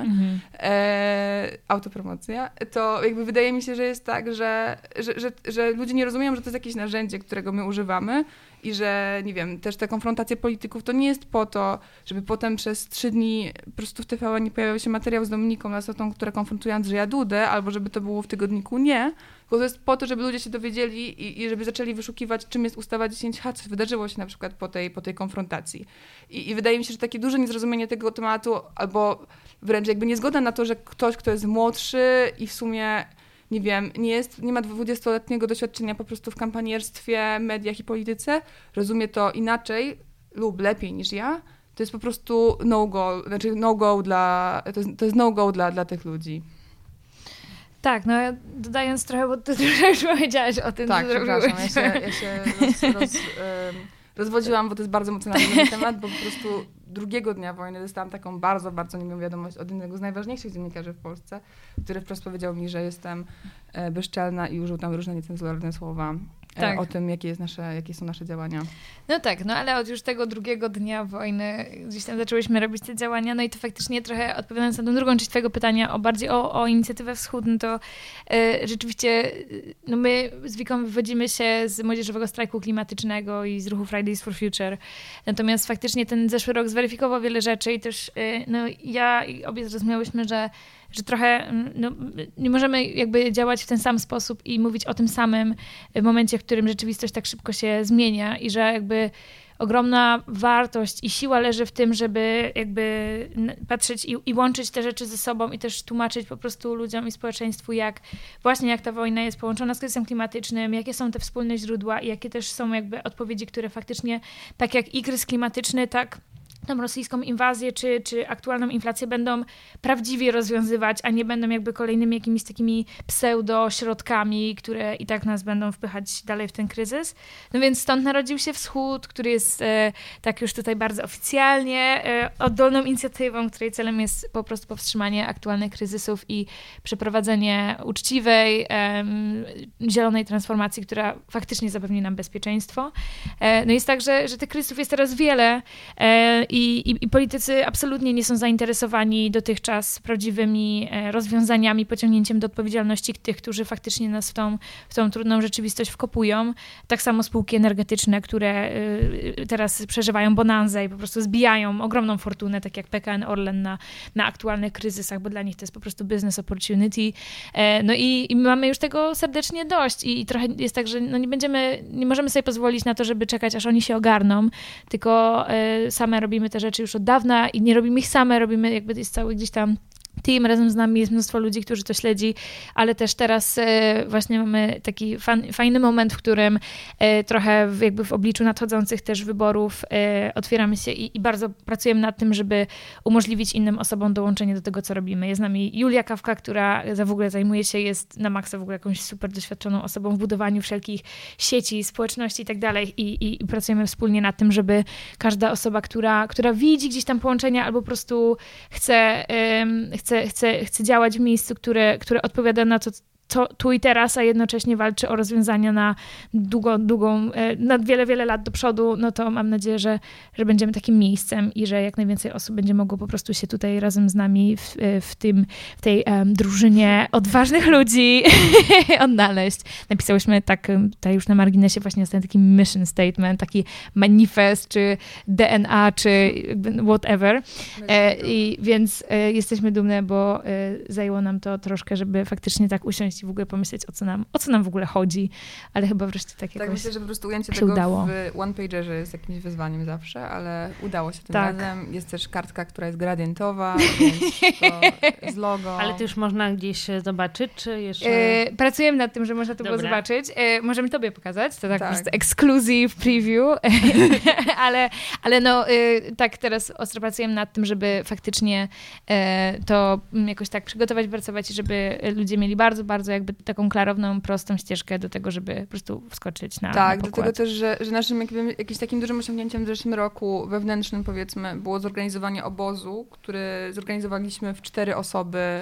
Autopromocja. To jakby wydaje mi się, że jest tak, że ludzie nie rozumieją, że to jest jakieś narzędzie, którego my używamy i że, nie wiem, też te konfrontacje polityków to nie jest po to, żeby potem przez 3 dni po prostu w TVN nie pojawiał się materiał z Dominiką Lasotą, która konfrontuje Andrzeja Dudę, albo żeby to było w tygodniku. Nie. Tylko to jest po to, żeby ludzie się dowiedzieli i żeby zaczęli wyszukiwać, czym jest ustawa 10H, co wydarzyło się na przykład po tej konfrontacji. I wydaje mi się, że takie duże niezrozumienie tego tematu, albo wręcz jakby niezgoda na to, że ktoś, kto jest młodszy i w sumie nie wiem, nie ma 20-letniego doświadczenia po prostu w kampanierstwie, mediach i polityce, rozumie to inaczej lub lepiej niż ja, to jest po prostu no-go, znaczy no-go to jest no-go dla tych ludzi. Tak, no dodając trochę, bo ty już powiedziałaś o tym, tak, co zrobiłeś. Ja się rozwodziłam, bo to jest bardzo emocjonalny temat, bo po prostu drugiego dnia wojny dostałam taką bardzo, bardzo niemiłą wiadomość od jednego z najważniejszych dziennikarzy w Polsce, który wprost powiedział mi, że jestem bezczelna i użył tam różne niecenzuralne słowa o tym, jakie są nasze działania. No tak, no ale od już tego drugiego dnia wojny gdzieś tam zaczęłyśmy robić te działania, no i to faktycznie trochę odpowiadając na tą drugą część twojego pytania, bardziej o inicjatywę Wschód, no to rzeczywiście no my z Wiką wywodzimy się z młodzieżowego strajku klimatycznego i z ruchu Fridays for Future, natomiast faktycznie ten zeszły rok zweryfikował wiele rzeczy i też no ja i obie zrozumiałyśmy, że trochę no, nie możemy jakby działać w ten sam sposób i mówić o tym samym w momencie, w którym rzeczywistość tak szybko się zmienia i że jakby ogromna wartość i siła leży w tym, żeby jakby patrzeć i łączyć te rzeczy ze sobą i też tłumaczyć po prostu ludziom i społeczeństwu, jak ta wojna jest połączona z kryzysem klimatycznym, jakie są te wspólne źródła i jakie też są jakby odpowiedzi, które faktycznie tak jak i kryzys klimatyczny, tak tą rosyjską inwazję czy aktualną inflację będą prawdziwie rozwiązywać, a nie będą jakby kolejnymi jakimiś takimi pseudo-środkami, które i tak nas będą wpychać dalej w ten kryzys. No więc stąd narodził się Wschód, który jest tak już tutaj bardzo oficjalnie oddolną inicjatywą, której celem jest po prostu powstrzymanie aktualnych kryzysów i przeprowadzenie uczciwej, zielonej transformacji, która faktycznie zapewni nam bezpieczeństwo. No jest tak, że tych kryzysów jest teraz wiele i politycy absolutnie nie są zainteresowani dotychczas prawdziwymi rozwiązaniami, pociągnięciem do odpowiedzialności tych, którzy faktycznie nas w tą trudną rzeczywistość wkopują. Tak samo spółki energetyczne, które teraz przeżywają bonanzę i po prostu zbijają ogromną fortunę, tak jak PKN Orlen na aktualnych kryzysach, bo dla nich to jest po prostu business opportunity. No i mamy już tego serdecznie dość i trochę jest tak, że no nie możemy sobie pozwolić na to, żeby czekać, aż oni się ogarną, tylko same robimy te rzeczy już od dawna i nie robimy ich same, robimy jakby jest cały gdzieś tam team, razem z nami jest mnóstwo ludzi, którzy to śledzi, ale też teraz właśnie mamy taki fajny moment, w którym trochę jakby w obliczu nadchodzących też wyborów otwieramy się i bardzo pracujemy nad tym, żeby umożliwić innym osobom dołączenie do tego, co robimy. Jest z nami Julia Kawka, która w ogóle zajmuje się, jest na maksa w ogóle jakąś super doświadczoną osobą w budowaniu wszelkich sieci, społeczności i tak dalej i pracujemy wspólnie nad tym, żeby każda osoba, która widzi gdzieś tam połączenia albo po prostu chce działać w miejscu, które odpowiada na to, co tu i teraz, a jednocześnie walczy o rozwiązania na na wiele, wiele lat do przodu, no to mam nadzieję, że będziemy takim miejscem i że jak najwięcej osób będzie mogło po prostu się tutaj razem z nami w tej drużynie odważnych ludzi odnaleźć. Napisałyśmy tak tutaj już na marginesie właśnie taki mission statement, taki manifest, czy DNA, czy whatever. Więc jesteśmy dumne, bo zajęło nam to troszkę, żeby faktycznie tak usiąść i w ogóle pomyśleć, o co nam w ogóle chodzi, ale chyba wreszcie tak jakoś myślę, że po prostu ujęcie się tego udało. w one-pagerze jest jakimś wyzwaniem zawsze, ale udało się tym razem. Jest też kartka, która jest gradientowa, więc to z logo. Ale to już można gdzieś zobaczyć, czy jeszcze... Pracujemy nad tym, że można to było zobaczyć. Możemy tobie pokazać, to tak po prostu exclusive preview, ale no tak teraz ostro pracujemy nad tym, żeby faktycznie to jakoś tak przygotować, pracować i żeby ludzie mieli bardzo, bardzo jakby taką klarowną, prostą ścieżkę do tego, żeby po prostu wskoczyć na Tak, pokład. do tego też, że naszym jakimś takim dużym osiągnięciem w zeszłym roku wewnętrznym, powiedzmy, było zorganizowanie obozu, który zorganizowaliśmy w 4 osoby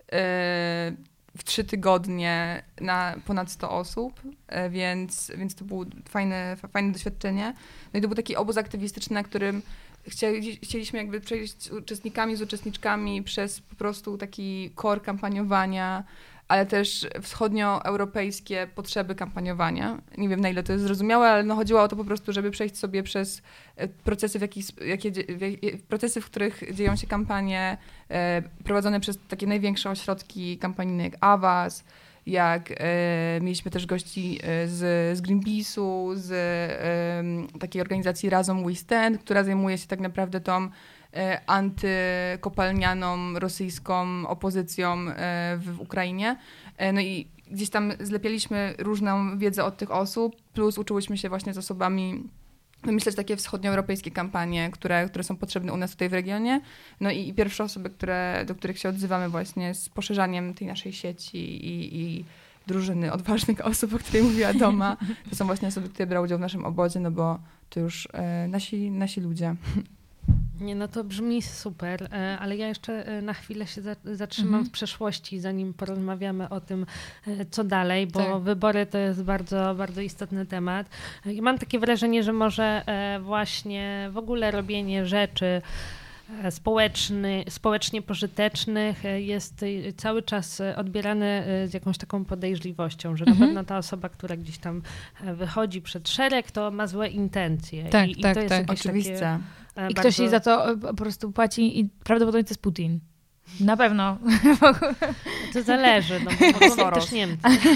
w 3 tygodnie na ponad 100 osób, więc to było fajne doświadczenie. No i to był taki obóz aktywistyczny, na którym chcieliśmy jakby przejść z uczestniczkami przez po prostu taki core kampaniowania, ale też wschodnioeuropejskie potrzeby kampaniowania. Nie wiem, na ile to jest zrozumiałe, ale no chodziło o to po prostu, żeby przejść sobie przez procesy, procesy, w których dzieją się kampanie prowadzone przez takie największe ośrodki kampanijne jak Avaz, mieliśmy też gości z Greenpeace'u, z takiej organizacji Razom We Stand, która zajmuje się tak naprawdę tą antykopalnianą rosyjską opozycją w Ukrainie. No i gdzieś tam zlepialiśmy różną wiedzę od tych osób, plus uczyłyśmy się właśnie z osobami wymyślać takie wschodnioeuropejskie kampanie, które są potrzebne u nas tutaj w regionie. No i pierwsze osoby, do których się odzywamy właśnie z poszerzaniem tej naszej sieci i drużyny odważnych osób, o której mówiła Doma, to są właśnie osoby, które brały udział w naszym obozie, no bo to już nasi ludzie. Nie, no to brzmi super, ale ja jeszcze na chwilę się zatrzymam w przeszłości, zanim porozmawiamy o tym, co dalej, bo wybory to jest bardzo, bardzo istotny temat. Ja mam takie wrażenie, że może właśnie w ogóle robienie rzeczy społecznie pożytecznych jest cały czas odbierane z jakąś taką podejrzliwością, że na pewno ta osoba, która gdzieś tam wychodzi przed szereg, to ma złe intencje. I to jest oczywiste. Takie, I ktoś jej za to po prostu płaci i prawdopodobnie to jest Putin. Na pewno. To zależy, no bo też Niemcy.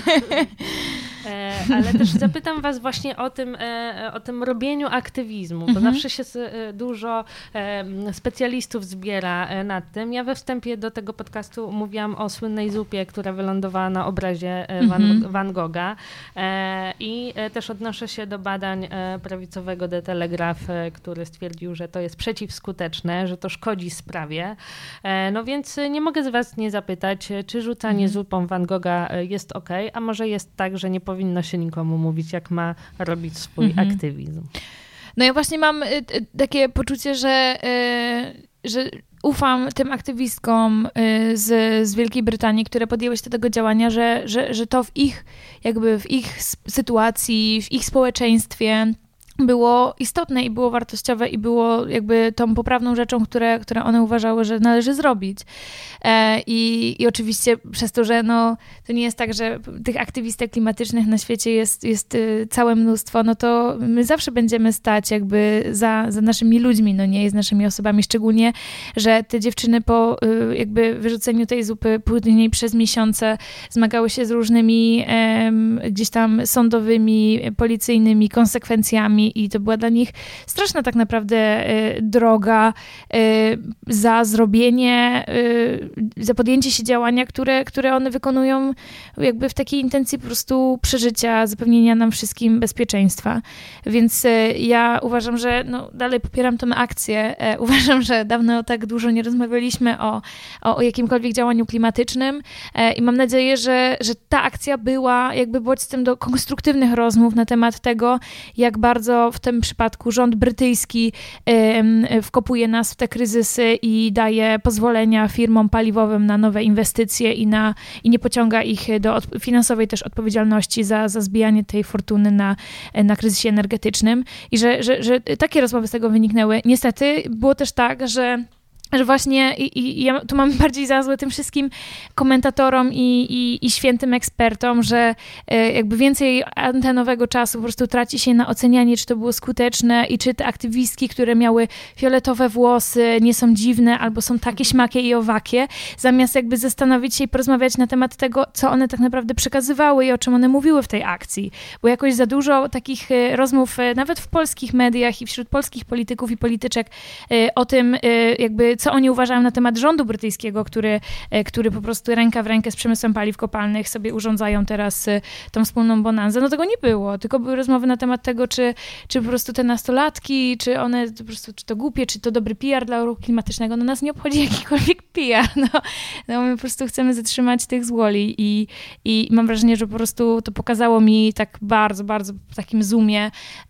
Ale też zapytam was właśnie o tym robieniu aktywizmu, bo zawsze się dużo specjalistów zbiera nad tym. Ja we wstępie do tego podcastu mówiłam o słynnej zupie, która wylądowała na obrazie Van Gogha i też odnoszę się do badań prawicowego The Telegraph, który stwierdził, że to jest przeciwskuteczne, że to szkodzi sprawie. No więc nie mogę z was nie zapytać, czy rzucanie zupą Van Gogha jest okej, a może jest tak, że nie powinno się nikomu mówić, jak ma robić swój aktywizm. No ja właśnie mam takie poczucie, że ufam tym aktywistkom z Wielkiej Brytanii, które podjęły się do tego działania, że to w ich sytuacji, w ich społeczeństwie było istotne i było wartościowe i było jakby tą poprawną rzeczą, które one uważały, że należy zrobić. I oczywiście przez to, że to nie jest tak, że tych aktywistek klimatycznych na świecie jest całe mnóstwo, no to my zawsze będziemy stać jakby za naszymi ludźmi, no nie, z naszymi osobami, szczególnie, że te dziewczyny po jakby wyrzuceniu tej zupy później przez miesiące zmagały się z różnymi gdzieś tam sądowymi, policyjnymi konsekwencjami i to była dla nich straszna tak naprawdę droga za zrobienie, za podjęcie się działania, które one wykonują jakby w takiej intencji po prostu przeżycia, zapewnienia nam wszystkim bezpieczeństwa. Więc ja uważam, że dalej popieram tę akcję. Uważam, że dawno tak dużo nie rozmawialiśmy o jakimkolwiek działaniu klimatycznym i mam nadzieję, że ta akcja była jakby bodźcem do konstruktywnych rozmów na temat tego, jak bardzo w tym przypadku rząd brytyjski wkopuje nas w te kryzysy i daje pozwolenia firmom paliwowym na nowe inwestycje i nie pociąga ich do finansowej też odpowiedzialności za zbijanie tej fortuny na kryzysie energetycznym i że takie rozmowy z tego wyniknęły. Niestety było też tak, że właśnie i ja tu mam bardziej za złe tym wszystkim komentatorom i świętym ekspertom, że jakby więcej antenowego czasu po prostu traci się na ocenianie, czy to było skuteczne i czy te aktywistki, które miały fioletowe włosy, nie są dziwne albo są takie śmakie i owakie, zamiast jakby zastanowić się i porozmawiać na temat tego, co one tak naprawdę przekazywały i o czym one mówiły w tej akcji. Bo jakoś za dużo takich rozmów, nawet w polskich mediach i wśród polskich polityków i polityczek o tym jakby co oni uważają na temat rządu brytyjskiego, który po prostu ręka w rękę z przemysłem paliw kopalnych sobie urządzają teraz tą wspólną bonanzę. Tego nie było, tylko były rozmowy na temat tego, czy po prostu te nastolatki, czy one po prostu, czy to głupie, czy to dobry PR dla ruchu klimatycznego. Nas nie obchodzi jakikolwiek PR. My po prostu chcemy zatrzymać tych złoli i mam wrażenie, że po prostu to pokazało mi tak bardzo, bardzo w takim zoomie,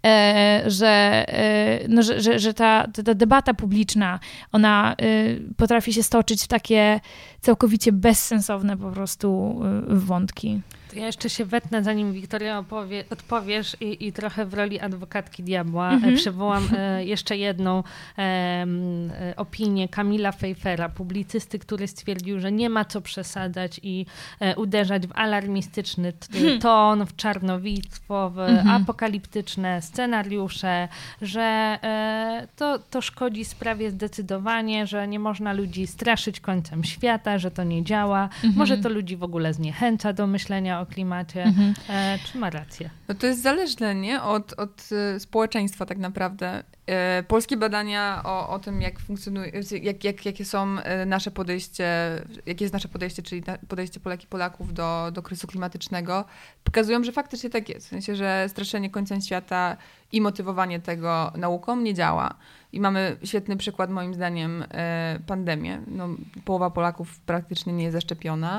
że ta debata publiczna, ona potrafi się stoczyć w takie całkowicie bezsensowne po prostu wątki. To ja jeszcze się wetnę, zanim Wiktoria odpowiesz i trochę w roli adwokatki diabła przywołam jeszcze jedną opinię Kamila Pfeiffera, publicysty, który stwierdził, że nie ma co przesadzać i uderzać w alarmistyczny ton, w czarnowictwo, w apokaliptyczne scenariusze, że to szkodzi sprawie zdecydowanie, że nie można ludzi straszyć końcem świata, że to nie działa. Może to ludzi w ogóle zniechęca do myślenia o klimacie. Czy ma rację? To jest zależne, nie? Od społeczeństwa tak naprawdę. Polskie badania o tym, jak funkcjonuje, jakie są nasze podejście, jakie jest nasze podejście, czyli podejście Polek i Polaków do kryzysu klimatycznego, pokazują, że faktycznie tak jest. W sensie, że straszenie końcem świata i motywowanie tego nauką nie działa. I mamy świetny przykład, moim zdaniem, pandemię. Połowa Polaków praktycznie nie jest zaszczepiona.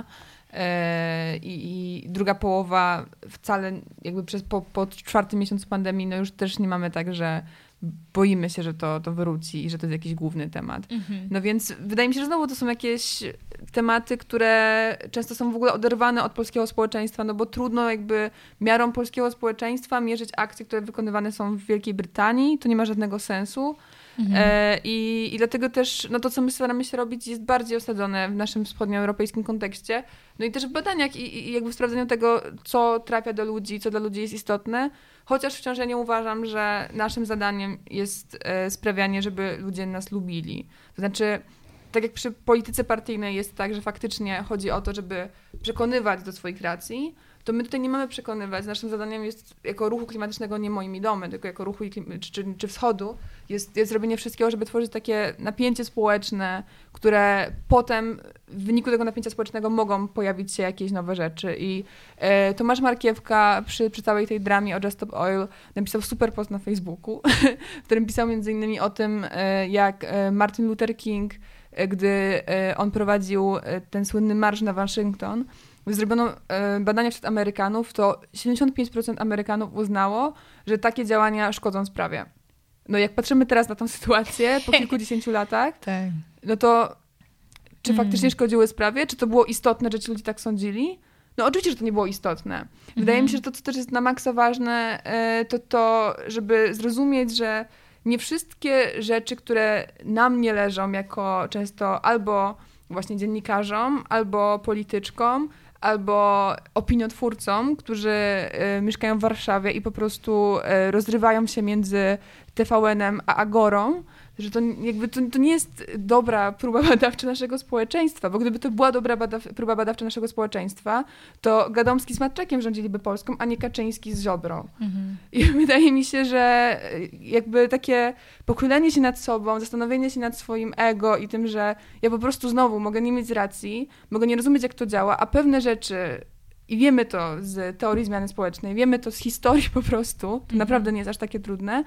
I druga połowa wcale jakby po 4. miesiącu pandemii już też nie mamy tak, że boimy się, że to wróci i że to jest jakiś główny temat. Więc wydaje mi się, że znowu to są jakieś tematy, które często są w ogóle oderwane od polskiego społeczeństwa, bo trudno jakby miarą polskiego społeczeństwa mierzyć akcje, które wykonywane są w Wielkiej Brytanii. To nie ma żadnego sensu. I dlatego też to, co my staramy się robić, jest bardziej osadzone w naszym wschodnioeuropejskim kontekście. I też w badaniach i jakby w sprawdzeniu tego, co trafia do ludzi, co dla ludzi jest istotne. Chociaż wciąż ja nie uważam, że naszym zadaniem jest sprawianie, żeby ludzie nas lubili. To znaczy, tak jak przy polityce partyjnej jest tak, że faktycznie chodzi o to, żeby przekonywać do swoich racji, to my tutaj nie mamy przekonywać. Naszym zadaniem jest jako ruchu klimatycznego, nie moimi domy, tylko jako ruchu czy wschodu, jest zrobienie wszystkiego, żeby tworzyć takie napięcie społeczne, które potem w wyniku tego napięcia społecznego mogą pojawić się jakieś nowe rzeczy. I Tomasz Markiewka przy całej tej dramie o Just Stop Oil napisał super post na Facebooku, w którym pisał między innymi o tym, jak Martin Luther King, gdy on prowadził ten słynny marsz na Waszyngton, zrobiono badania wśród Amerykanów, to 75% Amerykanów uznało, że takie działania szkodzą sprawie. Jak patrzymy teraz na tą sytuację po kilkudziesięciu latach, to czy faktycznie szkodziły sprawie? Czy to było istotne, że ci ludzie tak sądzili? Oczywiście, że to nie było istotne. Wydaje mi się, że to, co też jest na maksa ważne, to żeby zrozumieć, że nie wszystkie rzeczy, które nam nie leżą jako często albo właśnie dziennikarzom, albo polityczkom, albo opiniotwórcom, którzy mieszkają w Warszawie i po prostu rozrywają się między TVN-em a Agorą, że to jakby to nie jest dobra próba badawcza naszego społeczeństwa, bo gdyby to była dobra próba badawcza naszego społeczeństwa, to Gadomski z Matczakiem rządziliby Polską, a nie Kaczyński z Ziobrą. I wydaje mi się, że jakby takie pochylenie się nad sobą, zastanowienie się nad swoim ego i tym, że ja po prostu znowu mogę nie mieć racji, mogę nie rozumieć, jak to działa, a pewne rzeczy, i wiemy to z teorii zmiany społecznej, wiemy to z historii po prostu, to naprawdę nie jest aż takie trudne,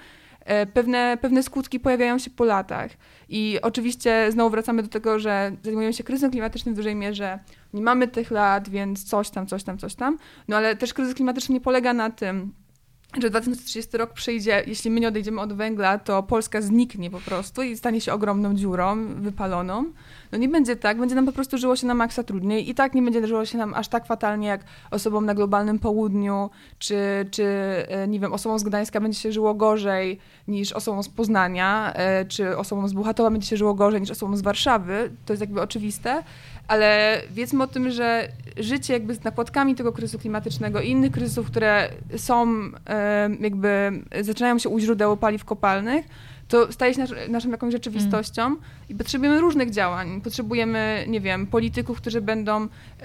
pewne skutki pojawiają się po latach. I oczywiście znowu wracamy do tego, że zajmujemy się kryzysem klimatycznym w dużej mierze. Nie mamy tych lat, więc coś tam. No ale też kryzys klimatyczny nie polega na tym, że 2030 rok przyjdzie, jeśli my nie odejdziemy od węgla, to Polska zniknie po prostu i stanie się ogromną dziurą, wypaloną. No nie będzie tak, będzie nam po prostu żyło się na maksa trudniej i tak nie będzie żyło się nam aż tak fatalnie, jak osobom na globalnym południu, czy nie wiem, osobom z Gdańska będzie się żyło gorzej niż osobom z Poznania, czy osobom z Buchatowa będzie się żyło gorzej niż osobom z Warszawy. To jest jakby oczywiste, ale wiedzmy o tym, że życie jakby z nakładkami tego kryzysu klimatycznego i innych kryzysów, które są jakby zaczynają się u źródeł paliw kopalnych, to staje się naszą jakąś rzeczywistością i potrzebujemy różnych działań. Potrzebujemy, nie wiem, polityków, którzy będą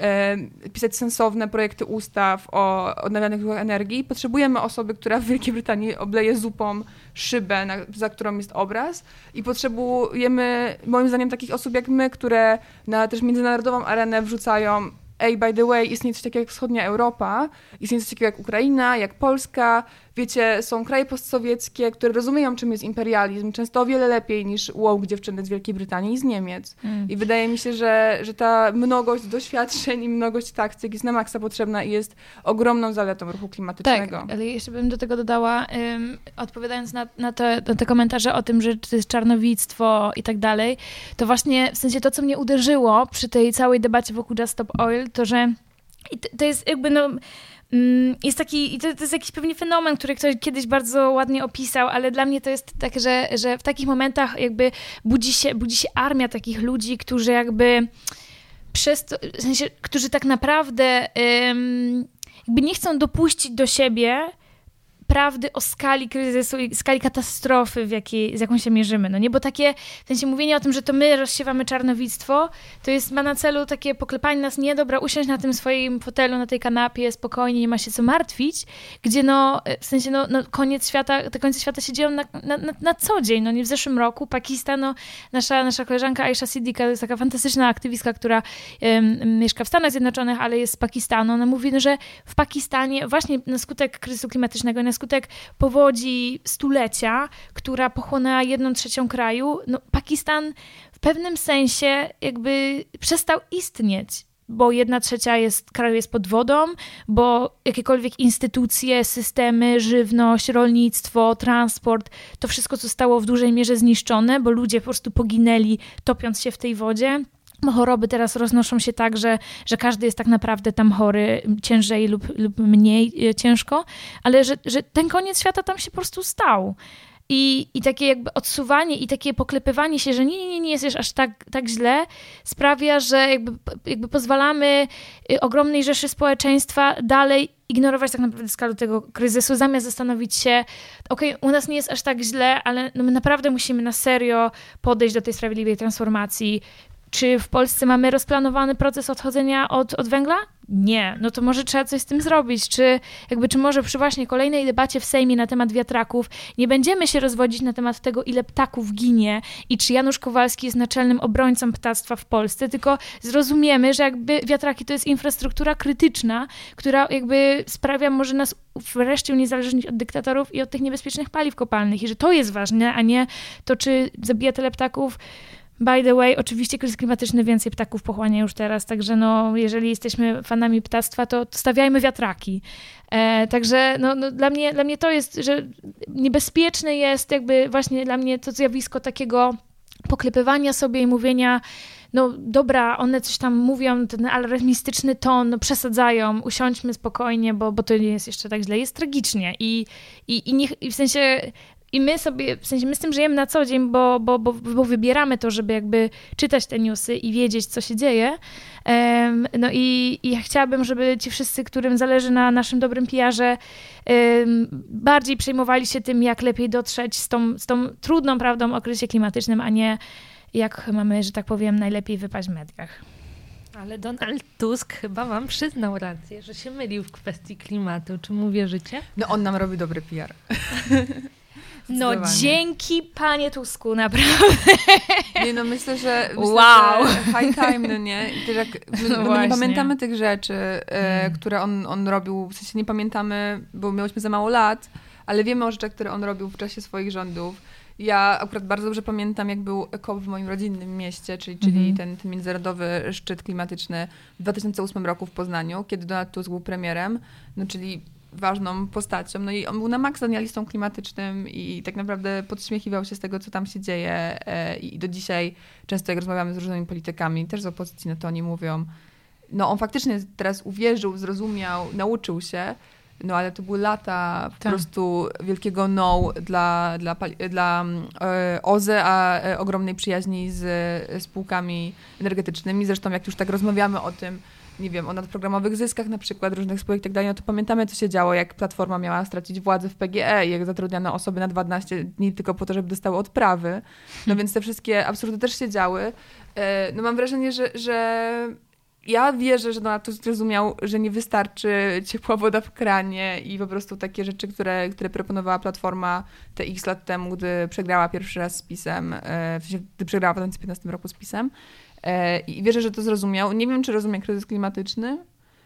pisać sensowne projekty ustaw o odnawialnych źródłach energii. Potrzebujemy osoby, która w Wielkiej Brytanii obleje zupą szybę, za którą jest obraz. I potrzebujemy, moim zdaniem, takich osób jak my, które na też międzynarodową arenę wrzucają: ej, by the way, istnieje coś takiego jak wschodnia Europa, istnieje coś takiego jak Ukraina, jak Polska. Wiecie, są kraje postsowieckie, które rozumieją, czym jest imperializm, często o wiele lepiej niż woke dziewczyny z Wielkiej Brytanii i z Niemiec. I wydaje mi się, że ta mnogość doświadczeń i mnogość taktyk jest na maksa potrzebna i jest ogromną zaletą ruchu klimatycznego. Tak, ale jeszcze bym do tego dodała, odpowiadając na te komentarze o tym, że to jest czarnowictwo i tak dalej, to właśnie w sensie to, co mnie uderzyło przy tej całej debacie wokół Just Stop Oil, to że to jest jakby jest taki, to jest jakiś pewnie fenomen, który ktoś kiedyś bardzo ładnie opisał, ale dla mnie to jest tak, że w takich momentach jakby budzi się armia takich ludzi, którzy jakby przez to, w sensie, którzy tak naprawdę jakby nie chcą dopuścić do siebie prawdy o skali kryzysu i skali katastrofy, z jaką się mierzymy. No nie, bo takie, w sensie mówienie o tym, że to my rozsiewamy czarnowictwo, to ma na celu takie poklepanie nas: nie, dobra, usiąść na tym swoim fotelu, na tej kanapie, spokojnie, nie ma się co martwić, gdzie w sensie koniec świata, te końce świata się dzieją na co dzień. No nie, w zeszłym roku Pakistan, nasza koleżanka Aisha Siddiqa, to jest taka fantastyczna aktywistka, która mieszka w Stanach Zjednoczonych, ale jest z Pakistanu. Ona mówi, że w Pakistanie właśnie na skutek kryzysu klimatycznego, na skutek powodzi stulecia, która pochłonęła 1/3 kraju, Pakistan w pewnym sensie jakby przestał istnieć, bo 1/3 kraju jest pod wodą, bo jakiekolwiek instytucje, systemy, żywność, rolnictwo, transport, to wszystko zostało w dużej mierze zniszczone, bo ludzie po prostu poginęli, topiąc się w tej wodzie. Bo choroby teraz roznoszą się tak, że każdy jest tak naprawdę tam chory ciężej lub mniej ciężko, ale że ten koniec świata tam się po prostu stał. I takie jakby odsuwanie i takie poklepywanie się, że nie jest już aż tak źle, sprawia, że jakby pozwalamy ogromnej rzeszy społeczeństwa dalej ignorować tak naprawdę skalę tego kryzysu, zamiast zastanowić się: okej, u nas nie jest aż tak źle, ale my naprawdę musimy na serio podejść do tej sprawiedliwej transformacji. Czy w Polsce mamy rozplanowany proces odchodzenia od węgla? Nie. No to może trzeba coś z tym zrobić. Czy może przy właśnie kolejnej debacie w Sejmie na temat wiatraków nie będziemy się rozwodzić na temat tego, ile ptaków ginie i czy Janusz Kowalski jest naczelnym obrońcą ptactwa w Polsce, tylko zrozumiemy, że jakby wiatraki to jest infrastruktura krytyczna, która jakby sprawia, może nas wreszcie uniezależnić od dyktatorów i od tych niebezpiecznych paliw kopalnych i że to jest ważne, a nie to, czy zabija tyle ptaków. By the way, oczywiście kryzys klimatyczny więcej ptaków pochłania już teraz, także jeżeli jesteśmy fanami ptactwa, to stawiajmy wiatraki. Także dla mnie to jest, że niebezpieczne jest jakby właśnie dla mnie to zjawisko takiego poklepywania sobie i mówienia: dobra, one coś tam mówią, ten alarmistyczny ton, przesadzają, usiądźmy spokojnie, bo to nie jest jeszcze tak źle, jest tragicznie i w sensie i my sobie, w sensie my z tym żyjemy na co dzień, bo wybieramy to, żeby jakby czytać te newsy i wiedzieć, co się dzieje. No i ja chciałabym, żeby ci wszyscy, którym zależy na naszym dobrym PR-ze, bardziej przejmowali się tym, jak lepiej dotrzeć z tą trudną prawdą o kryzysie klimatycznym, a nie jak mamy, że tak powiem, najlepiej wypaść w mediach. Ale Donald Tusk chyba wam przyznał rację, że się mylił w kwestii klimatu. Czy mu wierzycie? No on nam robi dobry PR. No dzięki panie Tusku, naprawdę. Nie, no myślę, że high time, no nie? I też jak my nie pamiętamy tych rzeczy, które on robił, w sensie nie pamiętamy, bo miałyśmy za mało lat, ale wiemy o rzeczach, które on robił w czasie swoich rządów. Ja akurat bardzo dobrze pamiętam, jak był COP w moim rodzinnym mieście, czyli ten międzynarodowy szczyt klimatyczny w 2008 roku w Poznaniu, kiedy Donald Tusk był premierem, no czyli ważną postacią. No i on był na maksa dnialistą klimatycznym i tak naprawdę podśmiechiwał się z tego, co tam się dzieje. I do dzisiaj często jak rozmawiamy z różnymi politykami, też z opozycji, no to oni mówią, no on faktycznie teraz uwierzył, zrozumiał, nauczył się, no ale to były lata po prostu wielkiego no dla OZE, a ogromnej przyjaźni z spółkami energetycznymi. Zresztą jak już tak rozmawiamy o tym, nie wiem, o nadprogramowych zyskach na przykład różnych spółek i tak dalej, no to pamiętamy, co się działo, jak Platforma miała stracić władzę w PGE i jak zatrudniano osoby na 12 dni tylko po to, żeby dostały odprawy. No więc te wszystkie absurdy też się działy. No mam wrażenie, że ja wierzę, że Donald Tusk zrozumiał, że nie wystarczy ciepła woda w kranie i po prostu takie rzeczy, które proponowała Platforma te x lat temu, gdy przegrała pierwszy raz z PiS-em, w sensie, gdy przegrała w 2015 roku z PiS-em. I wierzę, że to zrozumiał. Nie wiem, czy rozumie kryzys klimatyczny.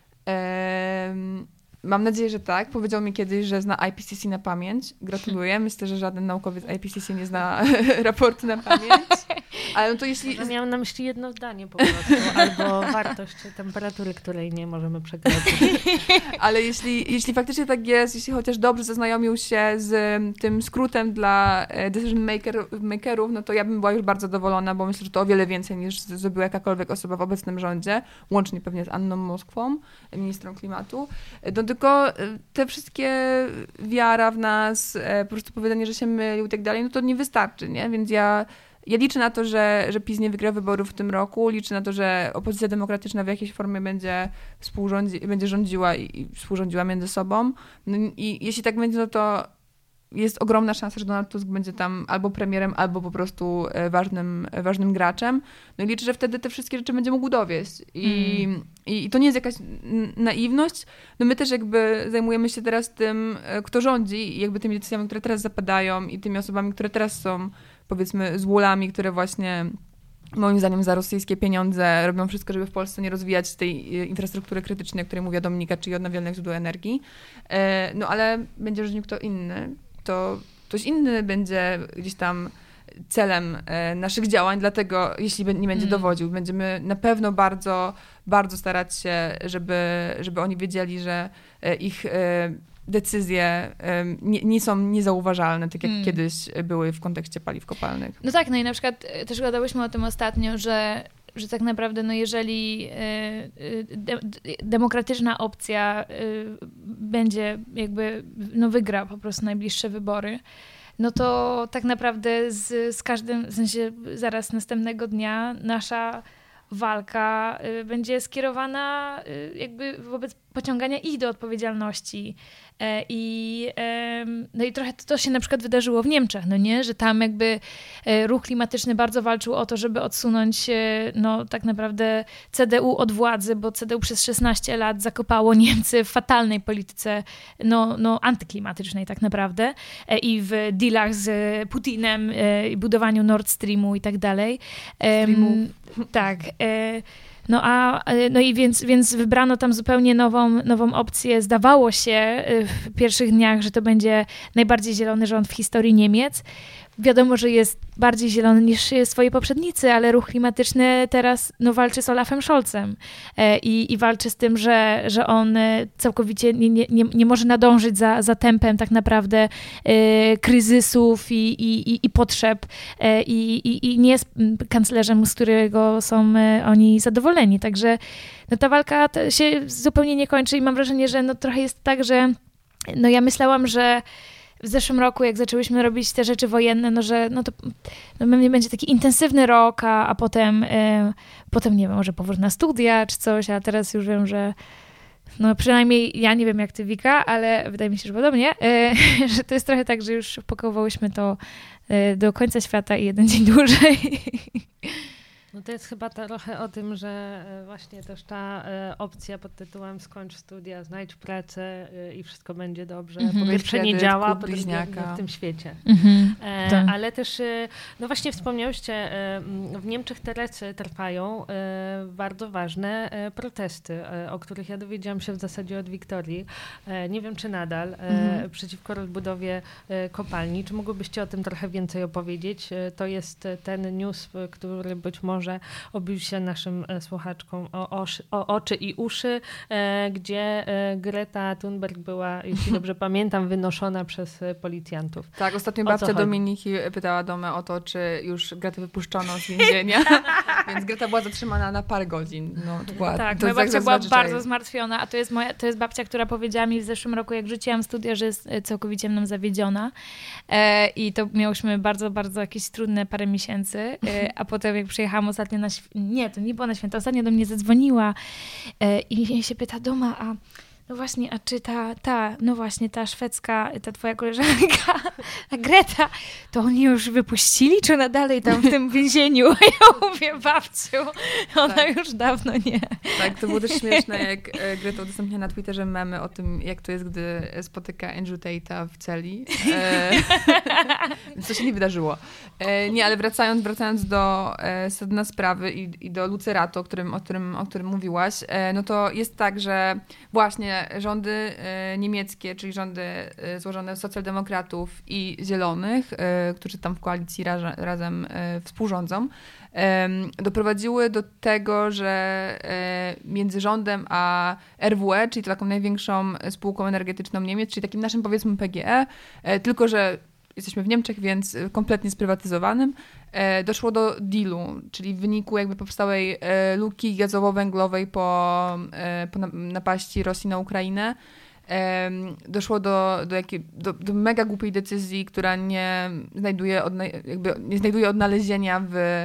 Mam nadzieję, że tak. Powiedział mi kiedyś, że zna IPCC na pamięć. Gratuluję. Myślę, że żaden naukowiec IPCC nie zna raportu na pamięć. Ale no to jeśli... Miałam na myśli jedno zdanie po prostu, albo wartość temperatury, której nie możemy przekroczyć. Ale jeśli faktycznie tak jest, jeśli chociaż dobrze zaznajomił się z tym skrótem dla decision makerów, no to ja bym była już bardzo zadowolona, bo myślę, że to o wiele więcej niż zrobiła jakakolwiek osoba w obecnym rządzie, łącznie pewnie z Anną Moskwą, ministrą klimatu. No tylko te wszystkie wiara w nas, po prostu powiedzenie, że się mylił i tak dalej, no to nie wystarczy, nie? Więc ja liczę na to, że PiS nie wygra wyborów w tym roku, liczę na to, że opozycja demokratyczna w jakiejś formie będzie rządziła i współrządziła między sobą. No i jeśli tak będzie, no to jest ogromna szansa, że Donald Tusk będzie tam albo premierem, albo po prostu ważnym graczem. No i liczę, że wtedy te wszystkie rzeczy będzie mógł dowieść. I to nie jest jakaś naiwność. No my też jakby zajmujemy się teraz tym, kto rządzi i jakby tymi decyzjami, które teraz zapadają i tymi osobami, które teraz są, powiedzmy, złolami, które właśnie moim zdaniem za rosyjskie pieniądze robią wszystko, żeby w Polsce nie rozwijać tej infrastruktury krytycznej, o której mówiła Dominika, czyli odnawialnych źródeł energii. No ale będzie rządził kto inny. To ktoś inny będzie gdzieś tam celem naszych działań, dlatego jeśli nie będzie dowodził, będziemy na pewno bardzo, bardzo starać się, żeby oni wiedzieli, że ich decyzje nie są niezauważalne, tak jak kiedyś były w kontekście paliw kopalnych. No tak, no i na przykład też gadałyśmy o tym ostatnio, że tak naprawdę, no jeżeli demokratyczna opcja będzie jakby, no wygra po prostu najbliższe wybory, no to tak naprawdę z każdym, w sensie zaraz następnego dnia nasza walka będzie skierowana jakby wobec pociągania ich do odpowiedzialności. No i trochę to się na przykład wydarzyło w Niemczech, no nie? Że tam jakby ruch klimatyczny bardzo walczył o to, żeby odsunąć no tak naprawdę CDU od władzy, bo CDU przez 16 lat zakopało Niemcy w fatalnej polityce no antyklimatycznej tak naprawdę i w dealach z Putinem i budowaniu Nord Streamu i tak dalej. Tak. No i więc wybrano tam zupełnie nową opcję. Zdawało się w pierwszych dniach, że to będzie najbardziej zielony rząd w historii Niemiec. Wiadomo, że jest bardziej zielony niż swoi poprzednicy, ale ruch klimatyczny teraz walczy z Olafem Scholzem i walczy z tym, że on całkowicie nie może nadążyć za tempem tak naprawdę kryzysów i potrzeb i nie jest kanclerzem, z którego są oni zadowoleni. Także ta walka się zupełnie nie kończy i mam wrażenie, że trochę jest tak, że ja myślałam, że w zeszłym roku, jak zaczęłyśmy robić te rzeczy wojenne, no że to będzie taki intensywny rok, a potem nie wiem, może powrót na studia czy coś, a teraz już wiem, że no przynajmniej ja nie wiem jak ty, Wika, ale wydaje mi się, że podobnie, że to jest trochę tak, że już wpakowałyśmy to do końca świata i jeden dzień dłużej. No to jest chyba trochę o tym, że właśnie też ta opcja pod tytułem skończ studia, znajdź pracę i wszystko będzie dobrze. Po pierwsze nie działa, po drugie w tym świecie. Ale też, no właśnie wspomniałyście, w Niemczech teraz trwają bardzo ważne protesty, o których ja dowiedziałam się w zasadzie od Wiktorii. Nie wiem, czy nadal, przeciwko rozbudowie kopalni. Czy mogłybyście o tym trochę więcej opowiedzieć? To jest ten news, który być może obił się naszym słuchaczkom o oczy i uszy, gdzie Greta Thunberg była, jeśli dobrze pamiętam, wynoszona przez policjantów. Tak, ostatnio babcia Dominiki pytała Domę o to, czy już Gretę wypuszczono z więzienia, więc Greta była zatrzymana na parę godzin. No, moja babcia była bardzo zmartwiona, a to jest babcia, która powiedziała mi w zeszłym roku, jak rzuciłam studia, że jest całkowicie mną zawiedziona i to miałyśmy bardzo, bardzo jakieś trudne parę miesięcy, a potem jak przyjechałam ostatnio to nie było na święta, ostatnio do mnie zadzwoniła i się pyta, Doma, a no właśnie, a czy ta szwedzka, ta twoja koleżanka, ta Greta, to oni już wypuścili, czy ona dalej tam w tym więzieniu? A ja mówię, babciu, ona już dawno nie. Tak, to było też śmieszne, jak Greta udostępniła na Twitterze memy o tym, jak to jest, gdy spotyka Andrew Tate'a w celi. Więc to się nie wydarzyło. Nie, ale wracając do sedna sprawy i do Lucerato, o którym mówiłaś, no to jest tak, że właśnie rządy niemieckie, czyli rządy złożone z socjaldemokratów i zielonych, którzy tam w koalicji razem współrządzą, doprowadziły do tego, że między rządem a RWE, czyli taką największą spółką energetyczną Niemiec, czyli takim naszym, powiedzmy, PGE, tylko że jesteśmy w Niemczech, więc kompletnie sprywatyzowanym, doszło do dealu, czyli w wyniku jakby powstałej luki gazowo-węglowej po napaści Rosji na Ukrainę. Doszło do mega głupiej decyzji, która nie znajduje odnalezienia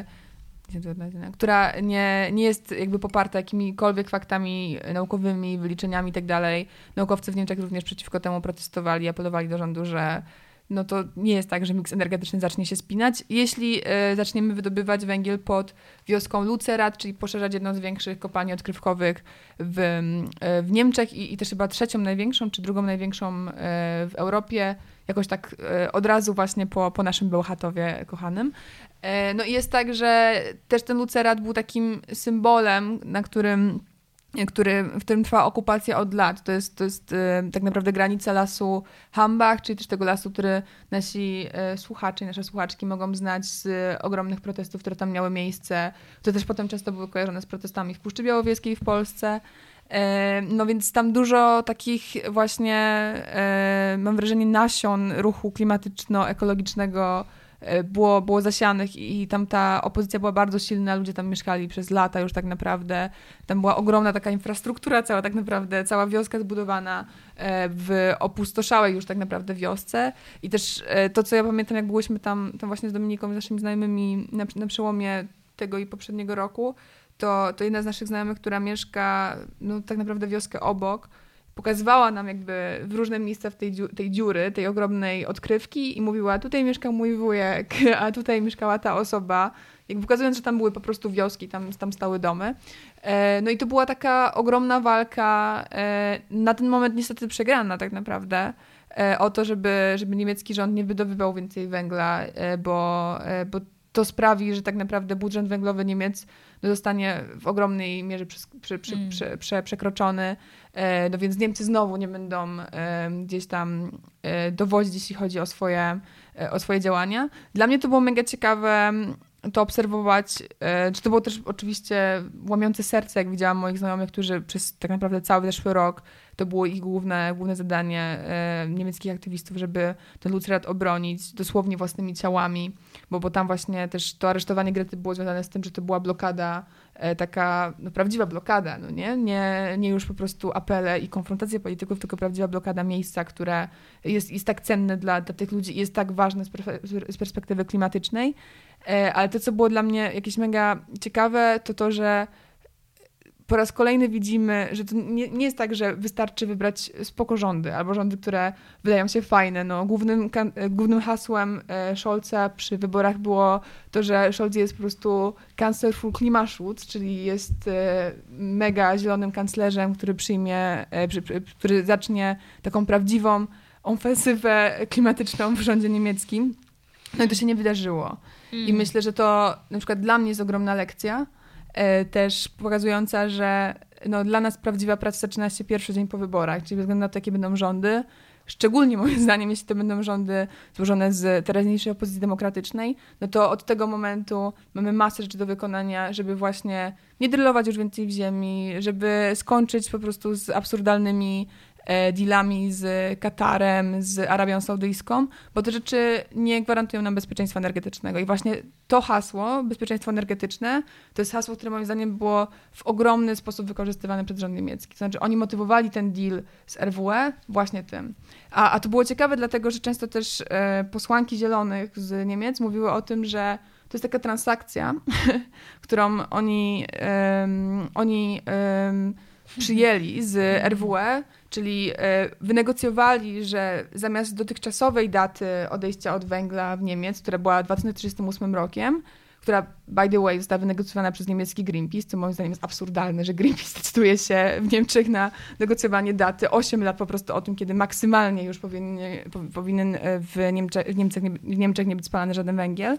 która nie jest jakby poparta jakimikolwiek faktami naukowymi, wyliczeniami i tak dalej. Naukowcy w Niemczech również przeciwko temu protestowali, apelowali do rządu, że no to nie jest tak, że miks energetyczny zacznie się spinać. Jeśli zaczniemy wydobywać węgiel pod wioską Lucerat, czyli poszerzać jedną z większych kopalni odkrywkowych w Niemczech i też chyba trzecią największą, czy drugą największą w Europie, jakoś tak od razu właśnie po naszym Bełchatowie kochanym. No i jest tak, że też ten Lucerat był takim symbolem, w którym trwa okupacja od lat. To jest tak naprawdę granica lasu Hambach, czyli też tego lasu, który nasi słuchacze i nasze słuchaczki mogą znać z ogromnych protestów, które tam miały miejsce, które też potem często były kojarzone z protestami w Puszczy Białowieskiej w Polsce. No więc tam dużo takich właśnie, mam wrażenie, nasion ruchu klimatyczno-ekologicznego było zasianych i tam ta opozycja była bardzo silna, ludzie tam mieszkali przez lata już tak naprawdę. Tam była ogromna taka infrastruktura cała tak naprawdę, cała wioska zbudowana w opustoszałej już tak naprawdę wiosce. I też to, co ja pamiętam, jak byłyśmy tam właśnie z Dominiką, z naszymi znajomymi na przełomie tego i poprzedniego roku, to jedna z naszych znajomych, która mieszka no tak naprawdę wioskę obok, pokazywała nam jakby w różne miejsca w tej dziury, tej ogromnej odkrywki i mówiła, tutaj mieszkał mój wujek, a tutaj mieszkała ta osoba, jakby pokazując, że tam były po prostu wioski, tam stały domy. No i to była taka ogromna walka, na ten moment niestety przegrana tak naprawdę, o to, żeby niemiecki rząd nie wydobywał więcej węgla, bo to sprawi, że tak naprawdę budżet węglowy Niemiec zostanie w ogromnej mierze przekroczony. No więc Niemcy znowu nie będą gdzieś tam dowodzić, jeśli chodzi o swoje działania. Dla mnie to było mega ciekawe to obserwować. Czy to było też oczywiście łamiące serce, jak widziałam moich znajomych, którzy przez tak naprawdę cały zeszły rok to było ich główne zadanie niemieckich aktywistów, żeby ten Lützerath obronić dosłownie własnymi ciałami, bo tam właśnie też to aresztowanie Grety było związane z tym, że to była blokada, taka prawdziwa blokada, no nie już po prostu apele i konfrontacja polityków, tylko prawdziwa blokada miejsca, które jest tak cenne dla tych ludzi i jest tak ważne z perspektywy klimatycznej. Ale to, co było dla mnie jakieś mega ciekawe, to, że po raz kolejny widzimy, że to nie jest tak, że wystarczy wybrać spoko rządy, albo rządy, które wydają się fajne. No, głównym hasłem Scholza przy wyborach było to, że Scholz jest po prostu Kanzler für Klimaschutz, czyli jest mega zielonym kanclerzem, który zacznie taką prawdziwą ofensywę klimatyczną w rządzie niemieckim. No i to się nie wydarzyło. I myślę, że to na przykład dla mnie jest ogromna lekcja, też pokazująca, że dla nas prawdziwa praca zaczyna się pierwszy dzień po wyborach, czyli bez względu na to, jakie będą rządy, szczególnie moim zdaniem, jeśli to będą rządy złożone z teraźniejszej opozycji demokratycznej, no to od tego momentu mamy masę rzeczy do wykonania, żeby właśnie nie drylować już więcej w ziemi, żeby skończyć po prostu z absurdalnymi dealami z Katarem, z Arabią Saudyjską, bo te rzeczy nie gwarantują nam bezpieczeństwa energetycznego. I właśnie to hasło, bezpieczeństwo energetyczne, to jest hasło, które moim zdaniem było w ogromny sposób wykorzystywane przez rząd niemiecki. To znaczy oni motywowali ten deal z RWE właśnie tym. A to było ciekawe, dlatego że często też posłanki zielonych z Niemiec mówiły o tym, że to jest taka transakcja, którą oni przyjęli z RWE, czyli wynegocjowali, że zamiast dotychczasowej daty odejścia od węgla w Niemiec, która była 2038 rokiem, która, by the way, została wynegocjowana przez niemiecki Greenpeace, co moim zdaniem jest absurdalne, że Greenpeace decyduje się w Niemczech na negocjowanie daty 8 lat po prostu o tym, kiedy maksymalnie już powinien w Niemczech nie być spalany żaden węgiel.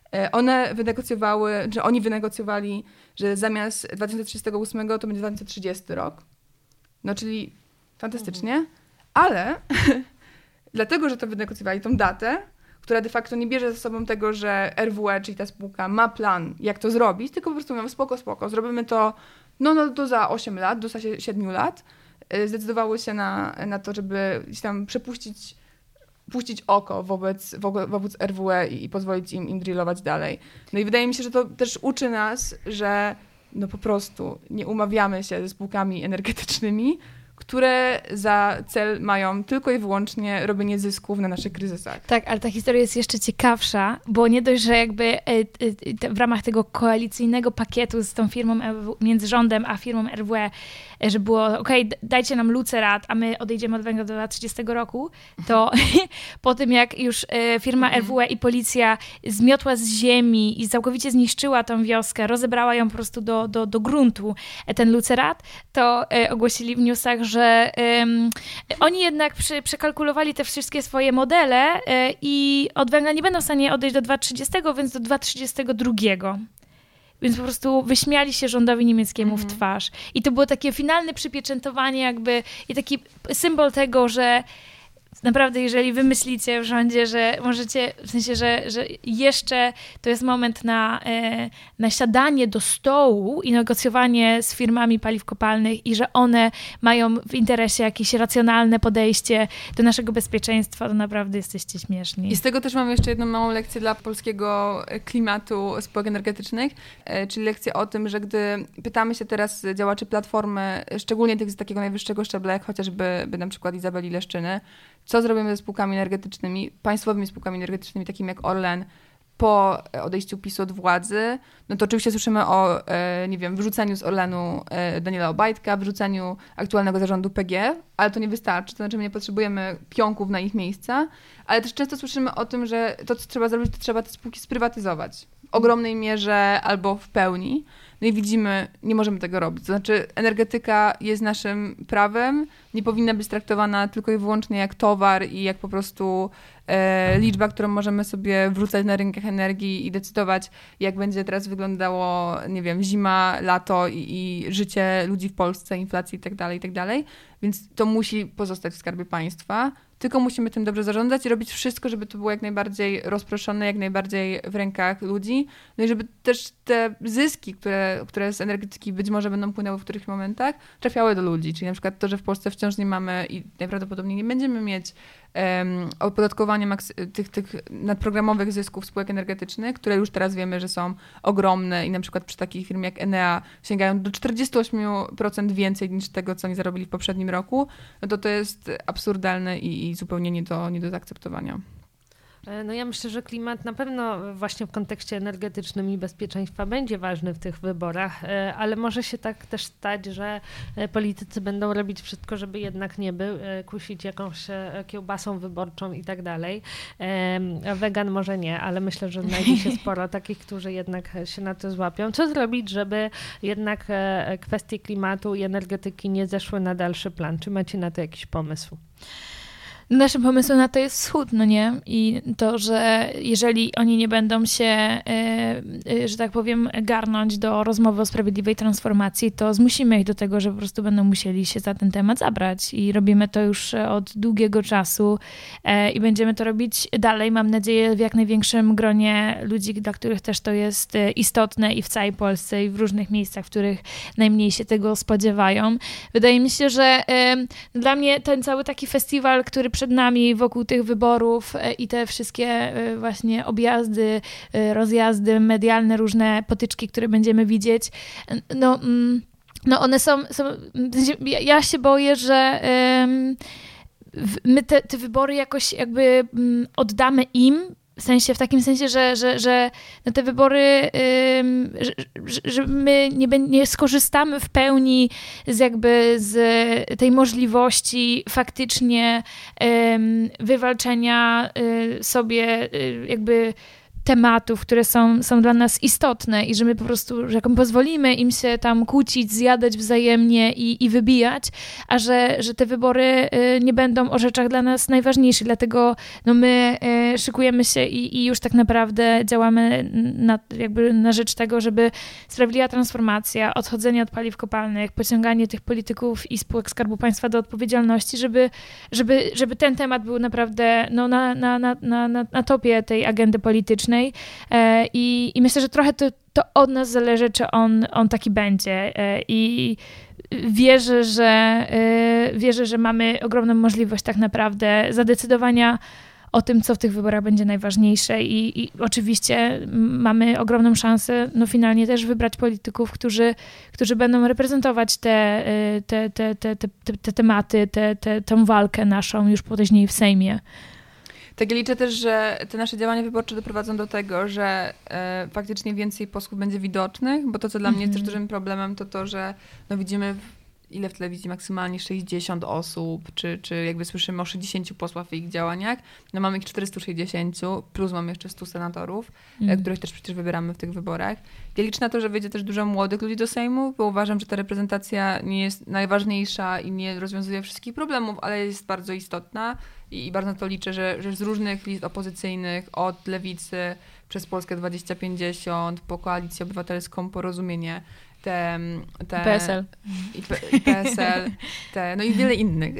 Oni wynegocjowali, że zamiast 2038 to będzie 2030 rok. No czyli fantastycznie, ale dlatego, że to wynegocjowali tą datę, która de facto nie bierze ze sobą tego, że RWE, czyli ta spółka, ma plan, jak to zrobić, tylko po prostu mówią spoko, zrobimy to to za 8 lat, do 7 lat. Zdecydowały się na to, żeby gdzieś tam puścić oko wobec RWE i pozwolić im drillować dalej. No i wydaje mi się, że to też uczy nas, że po prostu nie umawiamy się ze spółkami energetycznymi, które za cel mają tylko i wyłącznie robienie zysków na naszych kryzysach. Tak, ale ta historia jest jeszcze ciekawsza, bo nie dość, że jakby w ramach tego koalicyjnego pakietu z tą firmą, między rządem a firmą RWE, że było dajcie nam Lützerath, a my odejdziemy od węgla do 2030 roku, to po tym jak już firma RWE i policja zmiotła z ziemi i całkowicie zniszczyła tą wioskę, rozebrała ją po prostu do gruntu ten Lützerath, to ogłosili w newsach, że oni jednak przekalkulowali te wszystkie swoje modele i od węgla nie będą w stanie odejść do 2030, więc do 2032. Więc po prostu wyśmiali się rządowi niemieckiemu w twarz. I to było takie finalne przypieczętowanie jakby i taki symbol tego, że naprawdę, jeżeli wy myślicie w rządzie, że możecie, w sensie, że jeszcze to jest moment na siadanie do stołu i negocjowanie z firmami paliw kopalnych i że one mają w interesie jakieś racjonalne podejście do naszego bezpieczeństwa, to naprawdę jesteście śmieszni. I z tego też mam jeszcze jedną małą lekcję dla polskiego klimatu spółek energetycznych, czyli lekcję o tym, że gdy pytamy się teraz działaczy Platformy, szczególnie tych z takiego najwyższego szczebla, jak chociażby na przykład Izabeli Leszczyny, co zrobimy ze spółkami energetycznymi, państwowymi spółkami energetycznymi, takimi jak Orlen, po odejściu PiS-u od władzy, no to oczywiście słyszymy o, wyrzuceniu z Orlenu Daniela Obajtka, wyrzuceniu aktualnego zarządu PG, ale to nie wystarczy, to znaczy my nie potrzebujemy pionków na ich miejsca, ale też często słyszymy o tym, że to, co trzeba zrobić, to trzeba te spółki sprywatyzować w ogromnej mierze albo w pełni. No i widzimy, nie możemy tego robić. To znaczy energetyka jest naszym prawem, nie powinna być traktowana tylko i wyłącznie jak towar i jak po prostu liczba, którą możemy sobie wrzucać na rynkach energii i decydować, jak będzie teraz wyglądało, zima, lato i życie ludzi w Polsce, inflacji i tak dalej, i tak dalej. Więc to musi pozostać w skarbie państwa. tylko musimy tym dobrze zarządzać i robić wszystko, żeby to było jak najbardziej rozproszone, jak najbardziej w rękach ludzi. No i żeby też te zyski, które z energetyki być może będą płynęły w których momentach, trafiały do ludzi. Czyli na przykład to, że w Polsce wciąż nie mamy i najprawdopodobniej nie będziemy mieć opodatkowania tych nadprogramowych zysków spółek energetycznych, które już teraz wiemy, że są ogromne i na przykład przy takiej firmie jak Enea sięgają do 48% więcej niż tego, co oni zarobili w poprzednim roku, no to jest absurdalne i zupełnie nie do zaakceptowania. No ja myślę, że klimat na pewno właśnie w kontekście energetycznym i bezpieczeństwa będzie ważny w tych wyborach, ale może się tak też stać, że politycy będą robić wszystko, żeby jednak nie był, kusić jakąś kiełbasą wyborczą i tak dalej. Wegan może nie, ale myślę, że znajdzie się sporo takich, którzy jednak się na to złapią. Co zrobić, żeby jednak kwestie klimatu i energetyki nie zeszły na dalszy plan? Czy macie na to jakiś pomysł? Naszym pomysłem na to jest wschód, no nie? I to, że jeżeli oni nie będą się, że tak powiem, garnąć do rozmowy o sprawiedliwej transformacji, to zmusimy ich do tego, że po prostu będą musieli się za ten temat zabrać. I robimy to już od długiego czasu i będziemy to robić dalej, mam nadzieję, w jak największym gronie ludzi, dla których też to jest istotne i w całej Polsce i w różnych miejscach, w których najmniej się tego spodziewają. Wydaje mi się, że dla mnie ten cały taki festiwal, który przed nami wokół tych wyborów i te wszystkie właśnie objazdy, rozjazdy, medialne różne potyczki, które będziemy widzieć, no one są ja się boję, że my te wybory jakoś jakby oddamy im, w takim sensie, że na te wybory, że my nie skorzystamy w pełni z tej możliwości faktycznie wywalczenia sobie jakby tematów, które są dla nas istotne i że my po prostu, że pozwolimy im się tam kłócić, zjadać wzajemnie i wybijać, a że te wybory nie będą o rzeczach dla nas najważniejszych. Dlatego my szykujemy się i już tak naprawdę działamy na rzecz tego, żeby sprawiedliwa transformacja, odchodzenie od paliw kopalnych, pociąganie tych polityków i spółek Skarbu Państwa do odpowiedzialności, żeby ten temat był naprawdę na topie tej agendy politycznej. I myślę, że trochę to od nas zależy, czy on taki będzie. I wierzę, że mamy ogromną możliwość tak naprawdę zadecydowania o tym, co w tych wyborach będzie najważniejsze i oczywiście mamy ogromną szansę finalnie też wybrać polityków, którzy będą reprezentować te tematy, tę walkę naszą już później w Sejmie. Tak, ja liczę też, że te nasze działania wyborcze doprowadzą do tego, że faktycznie więcej posłów będzie widocznych, bo to, co dla mnie jest też dużym problemem, to że widzimy ile w telewizji maksymalnie 60 osób, czy jakby słyszymy o 60 posłach w ich działaniach. Mamy ich 460, plus mamy jeszcze 100 senatorów, których też przecież wybieramy w tych wyborach. Ja liczę na to, że wyjdzie też dużo młodych ludzi do Sejmu, bo uważam, że ta reprezentacja nie jest najważniejsza i nie rozwiązuje wszystkich problemów, ale jest bardzo istotna i bardzo na to liczę, że z różnych list opozycyjnych, od Lewicy przez Polskę 2050, po Koalicję Obywatelską, Porozumienie, PSL. I PSL, i wiele innych.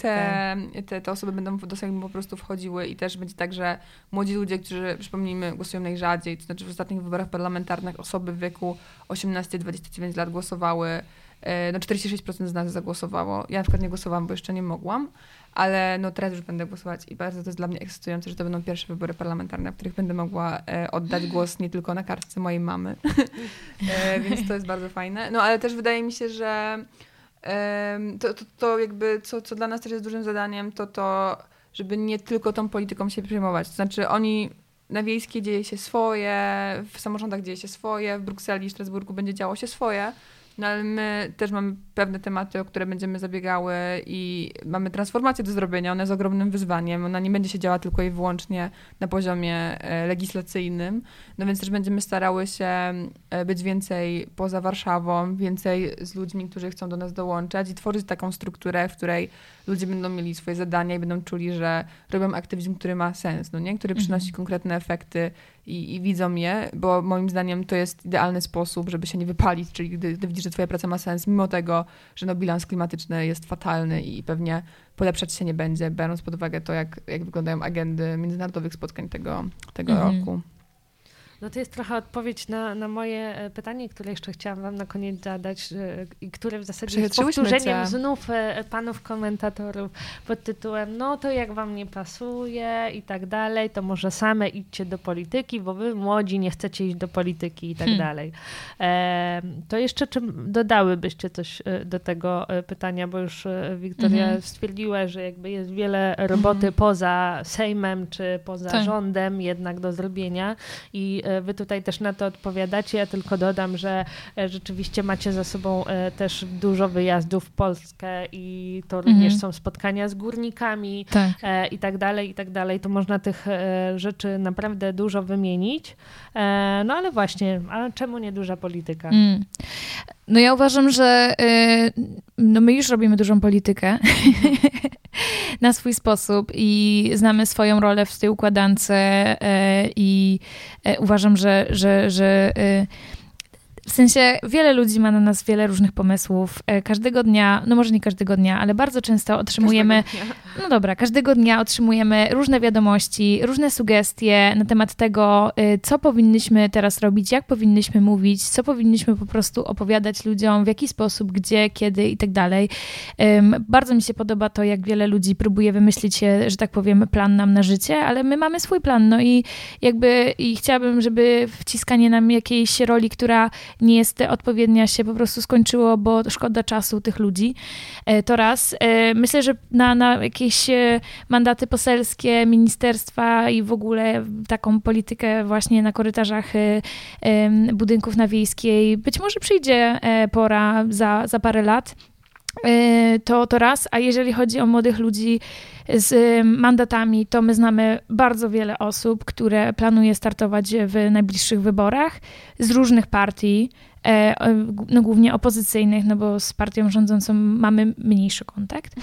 Te osoby będą do Sejmu po prostu wchodziły i też będzie tak, że młodzi ludzie, którzy, przypomnijmy, głosują najrzadziej, to znaczy w ostatnich wyborach parlamentarnych osoby w wieku 18-29 lat głosowały, 46% z nas zagłosowało. Ja na przykład nie głosowałam, bo jeszcze nie mogłam, ale teraz już będę głosować i bardzo to jest dla mnie ekscytujące, że to będą pierwsze wybory parlamentarne, w których będę mogła oddać głos nie tylko na kartce mojej mamy. Więc to jest bardzo fajne. Ale też wydaje mi się, że to jakby, co dla nas też jest dużym zadaniem, to żeby nie tylko tą polityką się przejmować. To znaczy na Wiejskiej dzieje się swoje, w samorządach dzieje się swoje, w Brukseli i Strasburgu będzie działo się swoje, ale my też mamy pewne tematy, o które będziemy zabiegały i mamy transformację do zrobienia. Ona jest ogromnym wyzwaniem. Ona nie będzie się działa tylko i wyłącznie na poziomie legislacyjnym. Więc też będziemy starały się być więcej poza Warszawą, więcej z ludźmi, którzy chcą do nas dołączać i tworzyć taką strukturę, w której ludzie będą mieli swoje zadania i będą czuli, że robią aktywizm, który ma sens, który przynosi konkretne efekty i widzą je, bo moim zdaniem to jest idealny sposób, żeby się nie wypalić, czyli gdy widzisz, że twoja praca ma sens, mimo tego, że bilans klimatyczny jest fatalny i pewnie polepszać się nie będzie, biorąc pod uwagę to, jak wyglądają agendy międzynarodowych spotkań tego roku. No to jest trochę odpowiedź na moje pytanie, które jeszcze chciałam wam na koniec zadać i które w zasadzie jest powtórzeniem znów panów komentatorów pod tytułem no to jak wam nie pasuje i tak dalej, to może same idźcie do polityki, bo wy młodzi nie chcecie iść do polityki i tak dalej. To jeszcze czym dodałybyście coś do tego pytania, bo już Wiktoria stwierdziła, że jakby jest wiele roboty poza Sejmem czy poza rządem jednak do zrobienia i wy tutaj też na to odpowiadacie. Ja tylko dodam, że rzeczywiście macie za sobą też dużo wyjazdów w Polskę i to również są spotkania z górnikami i tak dalej. To można tych rzeczy naprawdę dużo wymienić. No ale właśnie, a czemu nie duża polityka? No ja uważam, że no my już robimy dużą politykę na swój sposób i znamy swoją rolę w tej układance i uważam, że w sensie wiele ludzi ma na nas wiele różnych pomysłów. Każdego dnia, no może nie każdego dnia, ale bardzo często otrzymujemy... No dobra, każdego dnia otrzymujemy różne wiadomości, różne sugestie na temat tego, co powinnyśmy teraz robić, jak powinnyśmy mówić, co powinnyśmy po prostu opowiadać ludziom, w jaki sposób, gdzie, kiedy i tak dalej. Bardzo mi się podoba to, jak wiele ludzi próbuje wymyślić się, że tak powiem, plan nam na życie, ale my mamy swój plan, no i jakby chciałabym, żeby wciskanie nam jakiejś roli, która nie jest odpowiednia, się po prostu skończyło, bo szkoda czasu tych ludzi. To raz. Myślę, że na jakieś mandaty poselskie, ministerstwa i w ogóle taką politykę właśnie na korytarzach budynków na Wiejskiej być może przyjdzie pora za parę lat. To raz, a jeżeli chodzi o młodych ludzi z mandatami, to my znamy bardzo wiele osób, które planuje startować w najbliższych wyborach z różnych partii, no głównie opozycyjnych, no bo z partią rządzącą mamy mniejszy kontakt.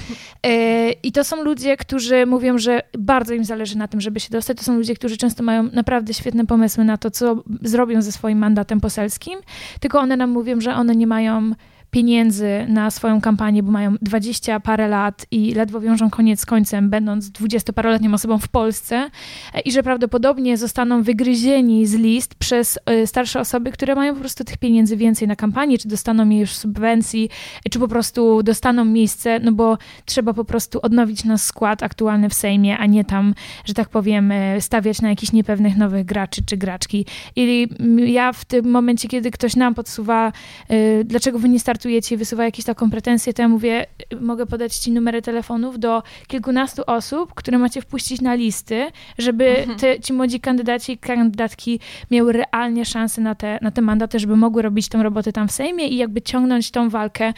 I to są ludzie, którzy mówią, że bardzo im zależy na tym, żeby się dostać. To są ludzie, którzy często mają naprawdę świetne pomysły na to, co zrobią ze swoim mandatem poselskim, tylko one nam mówią, że one nie mają pieniędzy na swoją kampanię, bo mają 20 parę lat i ledwo wiążą koniec z końcem, będąc 20-paroletnią osobą w Polsce i że prawdopodobnie zostaną wygryzieni z list przez starsze osoby, które mają po prostu tych pieniędzy więcej na kampanię, czy dostaną je już z subwencji, czy po prostu dostaną miejsce, no bo trzeba po prostu odnowić nasz skład aktualny w Sejmie, a nie tam, że tak powiem, stawiać na jakichś niepewnych nowych graczy czy graczki. I ja w tym momencie, kiedy ktoś nam podsuwa, dlaczego wy nie startujecie i wysuwa jakieś taką pretensję, to ja mówię, mogę podać ci numery telefonów do kilkunastu osób, które macie wpuścić na listy, żeby ci młodzi kandydaci i kandydatki miały realnie szansę na te mandaty, żeby mogły robić tę robotę tam w Sejmie i jakby ciągnąć tą walkę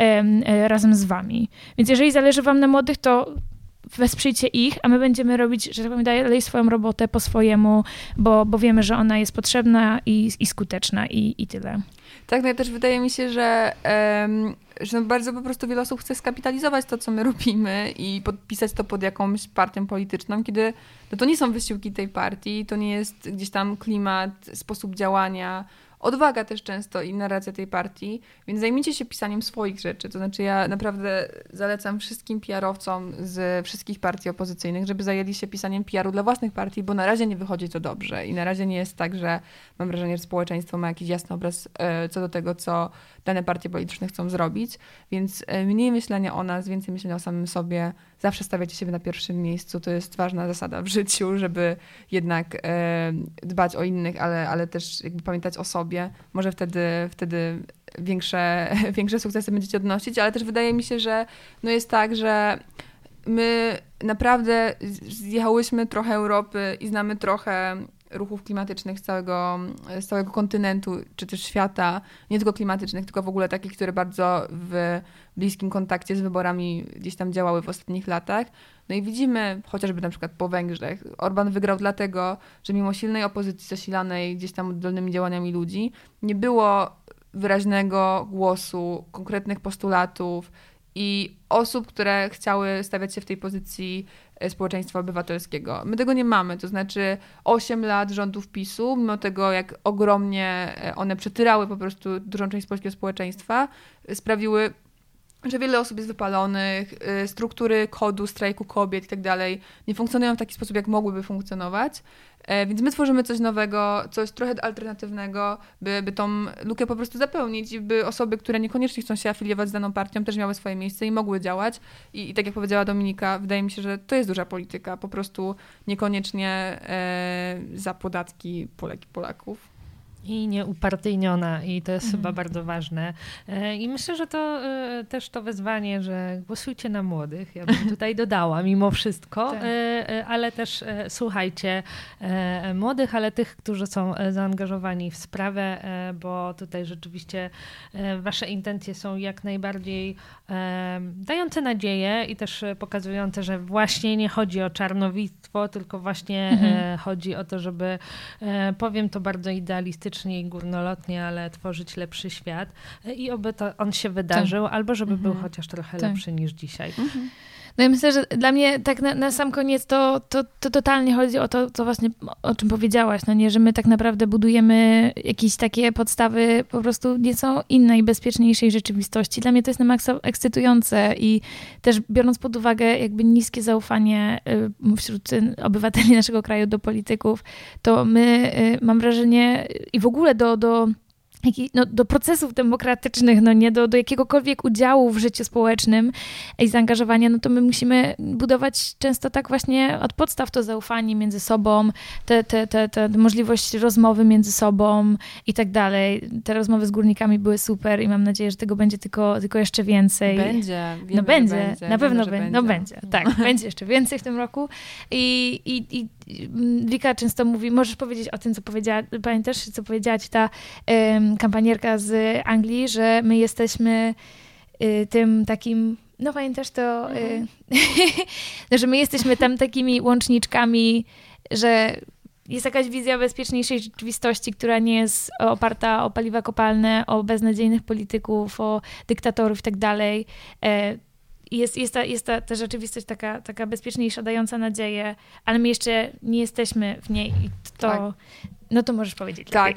razem z wami. Więc jeżeli zależy wam na młodych, to wesprzyjcie ich, a my będziemy robić, że tak powiem, dalej swoją robotę po swojemu, bo wiemy, że ona jest potrzebna i skuteczna i tyle. Tak, no i też wydaje mi się, że bardzo po prostu wiele osób chce skapitalizować to, co my robimy i podpisać to pod jakąś partią polityczną, kiedy no to nie są wysiłki tej partii, to nie jest gdzieś tam klimat, sposób działania, odwaga też często i narracja tej partii, więc zajmijcie się pisaniem swoich rzeczy. To znaczy ja naprawdę zalecam wszystkim PR-owcom z wszystkich partii opozycyjnych, żeby zajęli się pisaniem PR-u dla własnych partii, bo na razie nie wychodzi to dobrze i na razie nie jest tak, że mam wrażenie, że społeczeństwo ma jakiś jasny obraz co do tego, co dane partie polityczne chcą zrobić, więc mniej myślenia o nas, więcej myślenia o samym sobie, zawsze stawiacie siebie na pierwszym miejscu, to jest ważna zasada w życiu, żeby jednak dbać o innych, ale też jakby pamiętać o sobie. Może wtedy większe sukcesy będziecie odnosić, ale też wydaje mi się, że no jest tak, że my naprawdę zjechałyśmy trochę Europy i znamy trochę ruchów klimatycznych z całego kontynentu, czy też świata, nie tylko klimatycznych, tylko w ogóle takich, które bardzo w bliskim kontakcie z wyborami gdzieś tam działały w ostatnich latach. No i widzimy, chociażby na przykład po Węgrzech, Orbán wygrał dlatego, że mimo silnej opozycji zasilanej gdzieś tam oddolnymi działaniami ludzi, nie było wyraźnego głosu, konkretnych postulatów i osób, które chciały stawiać się w tej pozycji społeczeństwa obywatelskiego. My tego nie mamy, to znaczy 8 lat rządów PiS-u, mimo tego jak ogromnie one przetyrały po prostu dużą część polskiego społeczeństwa, sprawiły, że wiele osób jest wypalonych, struktury kodu, strajku kobiet i tak dalej nie funkcjonują w taki sposób, jak mogłyby funkcjonować. Więc my tworzymy coś nowego, coś trochę alternatywnego, by tą lukę po prostu zapełnić i by osoby, które niekoniecznie chcą się afiliować z daną partią, też miały swoje miejsce i mogły działać. I tak jak powiedziała Dominika, wydaje mi się, że to jest duża polityka, po prostu niekoniecznie za podatki Polek i Polaków. I nieupartyjniona i to jest chyba bardzo ważne. I myślę, że to też to wezwanie, że głosujcie na młodych, ja bym tutaj dodała mimo wszystko, tak. Ale też słuchajcie młodych, ale tych, którzy są zaangażowani w sprawę, bo tutaj rzeczywiście wasze intencje są jak najbardziej dające nadzieję i też pokazujące, że właśnie nie chodzi o czarnowictwo, tylko właśnie chodzi o to, żeby, powiem to bardzo idealistycznie i górnolotnie, ale tworzyć lepszy świat i oby to on się wydarzył, albo żeby był chociaż trochę lepszy niż dzisiaj. No ja myślę, że dla mnie tak na sam koniec to totalnie chodzi o to, co właśnie o czym powiedziałaś, no nie, że my tak naprawdę budujemy jakieś takie podstawy po prostu nieco innej, i bezpieczniejszej rzeczywistości. Dla mnie to jest na maksa ekscytujące i też biorąc pod uwagę jakby niskie zaufanie wśród obywateli naszego kraju do polityków, to my, mam wrażenie, i w ogóle do procesów demokratycznych, no nie, do jakiegokolwiek udziału w życiu społecznym i zaangażowania, no to my musimy budować często tak właśnie od podstaw to zaufanie między sobą, te możliwość rozmowy między sobą i tak dalej. Te rozmowy z górnikami były super i mam nadzieję, że tego będzie tylko jeszcze więcej. Będzie. Wiemy, no będzie, będzie. Na pewno będzie. No będzie, tak. Będzie jeszcze więcej w tym roku i Wika często mówi, możesz powiedzieć o tym, co powiedziała, pamiętasz, co powiedziała ci ta kampanierka z Anglii, że my jesteśmy tym takim, no pamiętasz to, że my jesteśmy tam takimi łączniczkami, że jest jakaś wizja bezpieczniejszej rzeczywistości, która nie jest oparta o paliwa kopalne, o beznadziejnych polityków, o dyktatorów i tak dalej. Jest ta rzeczywistość taka bezpieczniejsza, dająca nadzieję, ale my jeszcze nie jesteśmy w niej i to... Tak. No to możesz powiedzieć. Tak,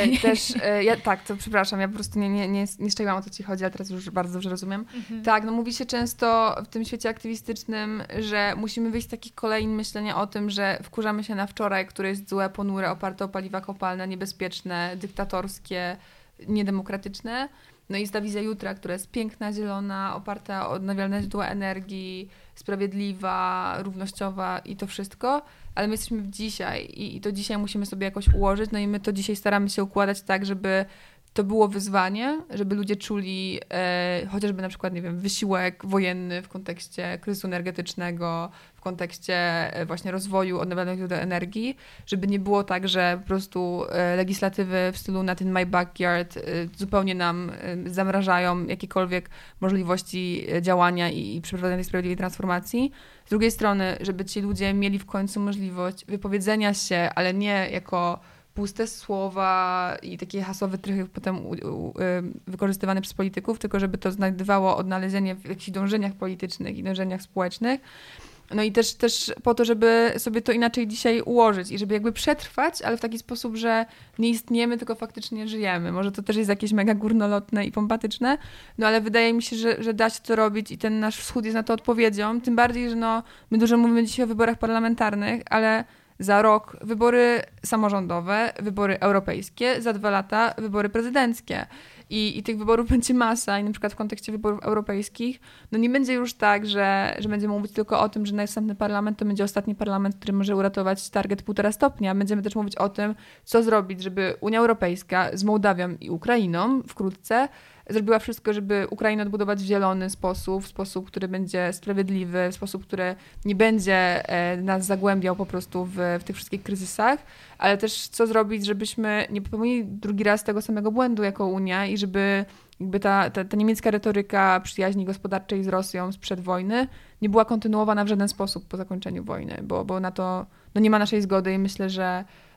to przepraszam, ja po prostu nie szczegółam, o co ci chodzi, ale teraz już bardzo dobrze rozumiem. Tak, no mówi się często w tym świecie aktywistycznym, że musimy wyjść z takich kolejn myślenia o tym, że wkurzamy się na wczoraj, które jest złe, ponure, oparte o paliwa kopalne, niebezpieczne, dyktatorskie, niedemokratyczne. No i jest ta wizja jutra, która jest piękna, zielona, oparta o odnawialne źródła energii, sprawiedliwa, równościowa i to wszystko, ale my jesteśmy w dzisiaj i to dzisiaj musimy sobie jakoś ułożyć, no i my to dzisiaj staramy się układać tak, żeby to było wyzwanie, żeby ludzie czuli chociażby na przykład, nie wiem, wysiłek wojenny w kontekście kryzysu energetycznego, w kontekście właśnie rozwoju odnawialnych źródeł energii, żeby nie było tak, że po prostu legislatywy w stylu not in my backyard zupełnie nam zamrażają jakiekolwiek możliwości działania i przeprowadzenia tej sprawiedliwej transformacji. Z drugiej strony, żeby ci ludzie mieli w końcu możliwość wypowiedzenia się, ale nie jako puste słowa i takie hasłowe trychy potem wykorzystywane przez polityków, tylko żeby to znajdowało odnalezienie w jakichś dążeniach politycznych i dążeniach społecznych. No i też po to, żeby sobie to inaczej dzisiaj ułożyć i żeby jakby przetrwać, ale w taki sposób, że nie istniemy, tylko faktycznie żyjemy. Może to też jest jakieś mega górnolotne i pompatyczne, no ale wydaje mi się, że da się to robić i ten nasz wschód jest na to odpowiedzią. Tym bardziej, że my dużo mówimy dzisiaj o wyborach parlamentarnych, ale za rok wybory samorządowe, wybory europejskie, za 2 lata wybory prezydenckie. I tych wyborów będzie masa i na przykład w kontekście wyborów europejskich, no nie będzie już tak, że będziemy mówić tylko o tym, że następny parlament to będzie ostatni parlament, który może uratować target 1,5 stopnia. Będziemy też mówić o tym, co zrobić, żeby Unia Europejska z Mołdawią i Ukrainą wkrótce zrobiła wszystko, żeby Ukrainę odbudować w zielony sposób, w sposób, który będzie sprawiedliwy, w sposób, który nie będzie nas zagłębiał po prostu w tych wszystkich kryzysach, ale też co zrobić, żebyśmy nie popełnili drugi raz tego samego błędu jako Unia i żeby jakby ta niemiecka retoryka przyjaźni gospodarczej z Rosją sprzed wojny nie była kontynuowana w żaden sposób po zakończeniu wojny, bo na to nie ma naszej zgody i myślę, że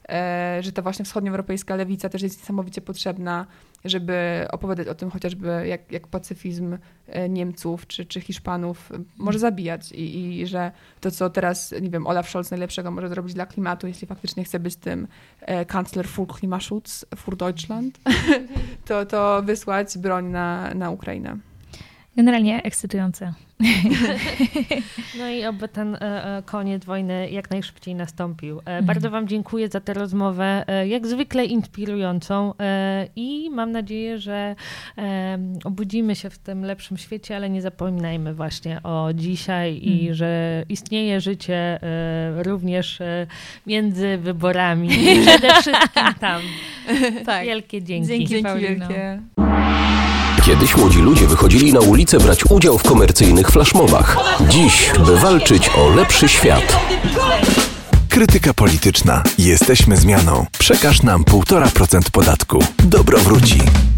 że ta właśnie wschodnioeuropejska lewica też jest niesamowicie potrzebna, żeby opowiadać o tym chociażby, jak pacyfizm Niemców czy Hiszpanów może zabijać i że to, co teraz, nie wiem, Olaf Scholz najlepszego może zrobić dla klimatu, jeśli faktycznie chce być tym Kanzler für Klimaschutz, für Deutschland, to wysłać broń na Ukrainę. Generalnie ekscytujące. No i oby ten koniec wojny jak najszybciej nastąpił. Bardzo wam dziękuję za tę rozmowę, jak zwykle inspirującą i mam nadzieję, że obudzimy się w tym lepszym świecie, ale nie zapominajmy właśnie o dzisiaj i że istnieje życie również między wyborami. Przede wszystkim tam. Tak. Wielkie dzięki. Dzięki wielkie. Kiedyś młodzi ludzie wychodzili na ulicę brać udział w komercyjnych flashmobach. Dziś, by walczyć o lepszy świat. Krytyka polityczna. Jesteśmy zmianą. Przekaż nam 1,5% podatku. Dobro wróci.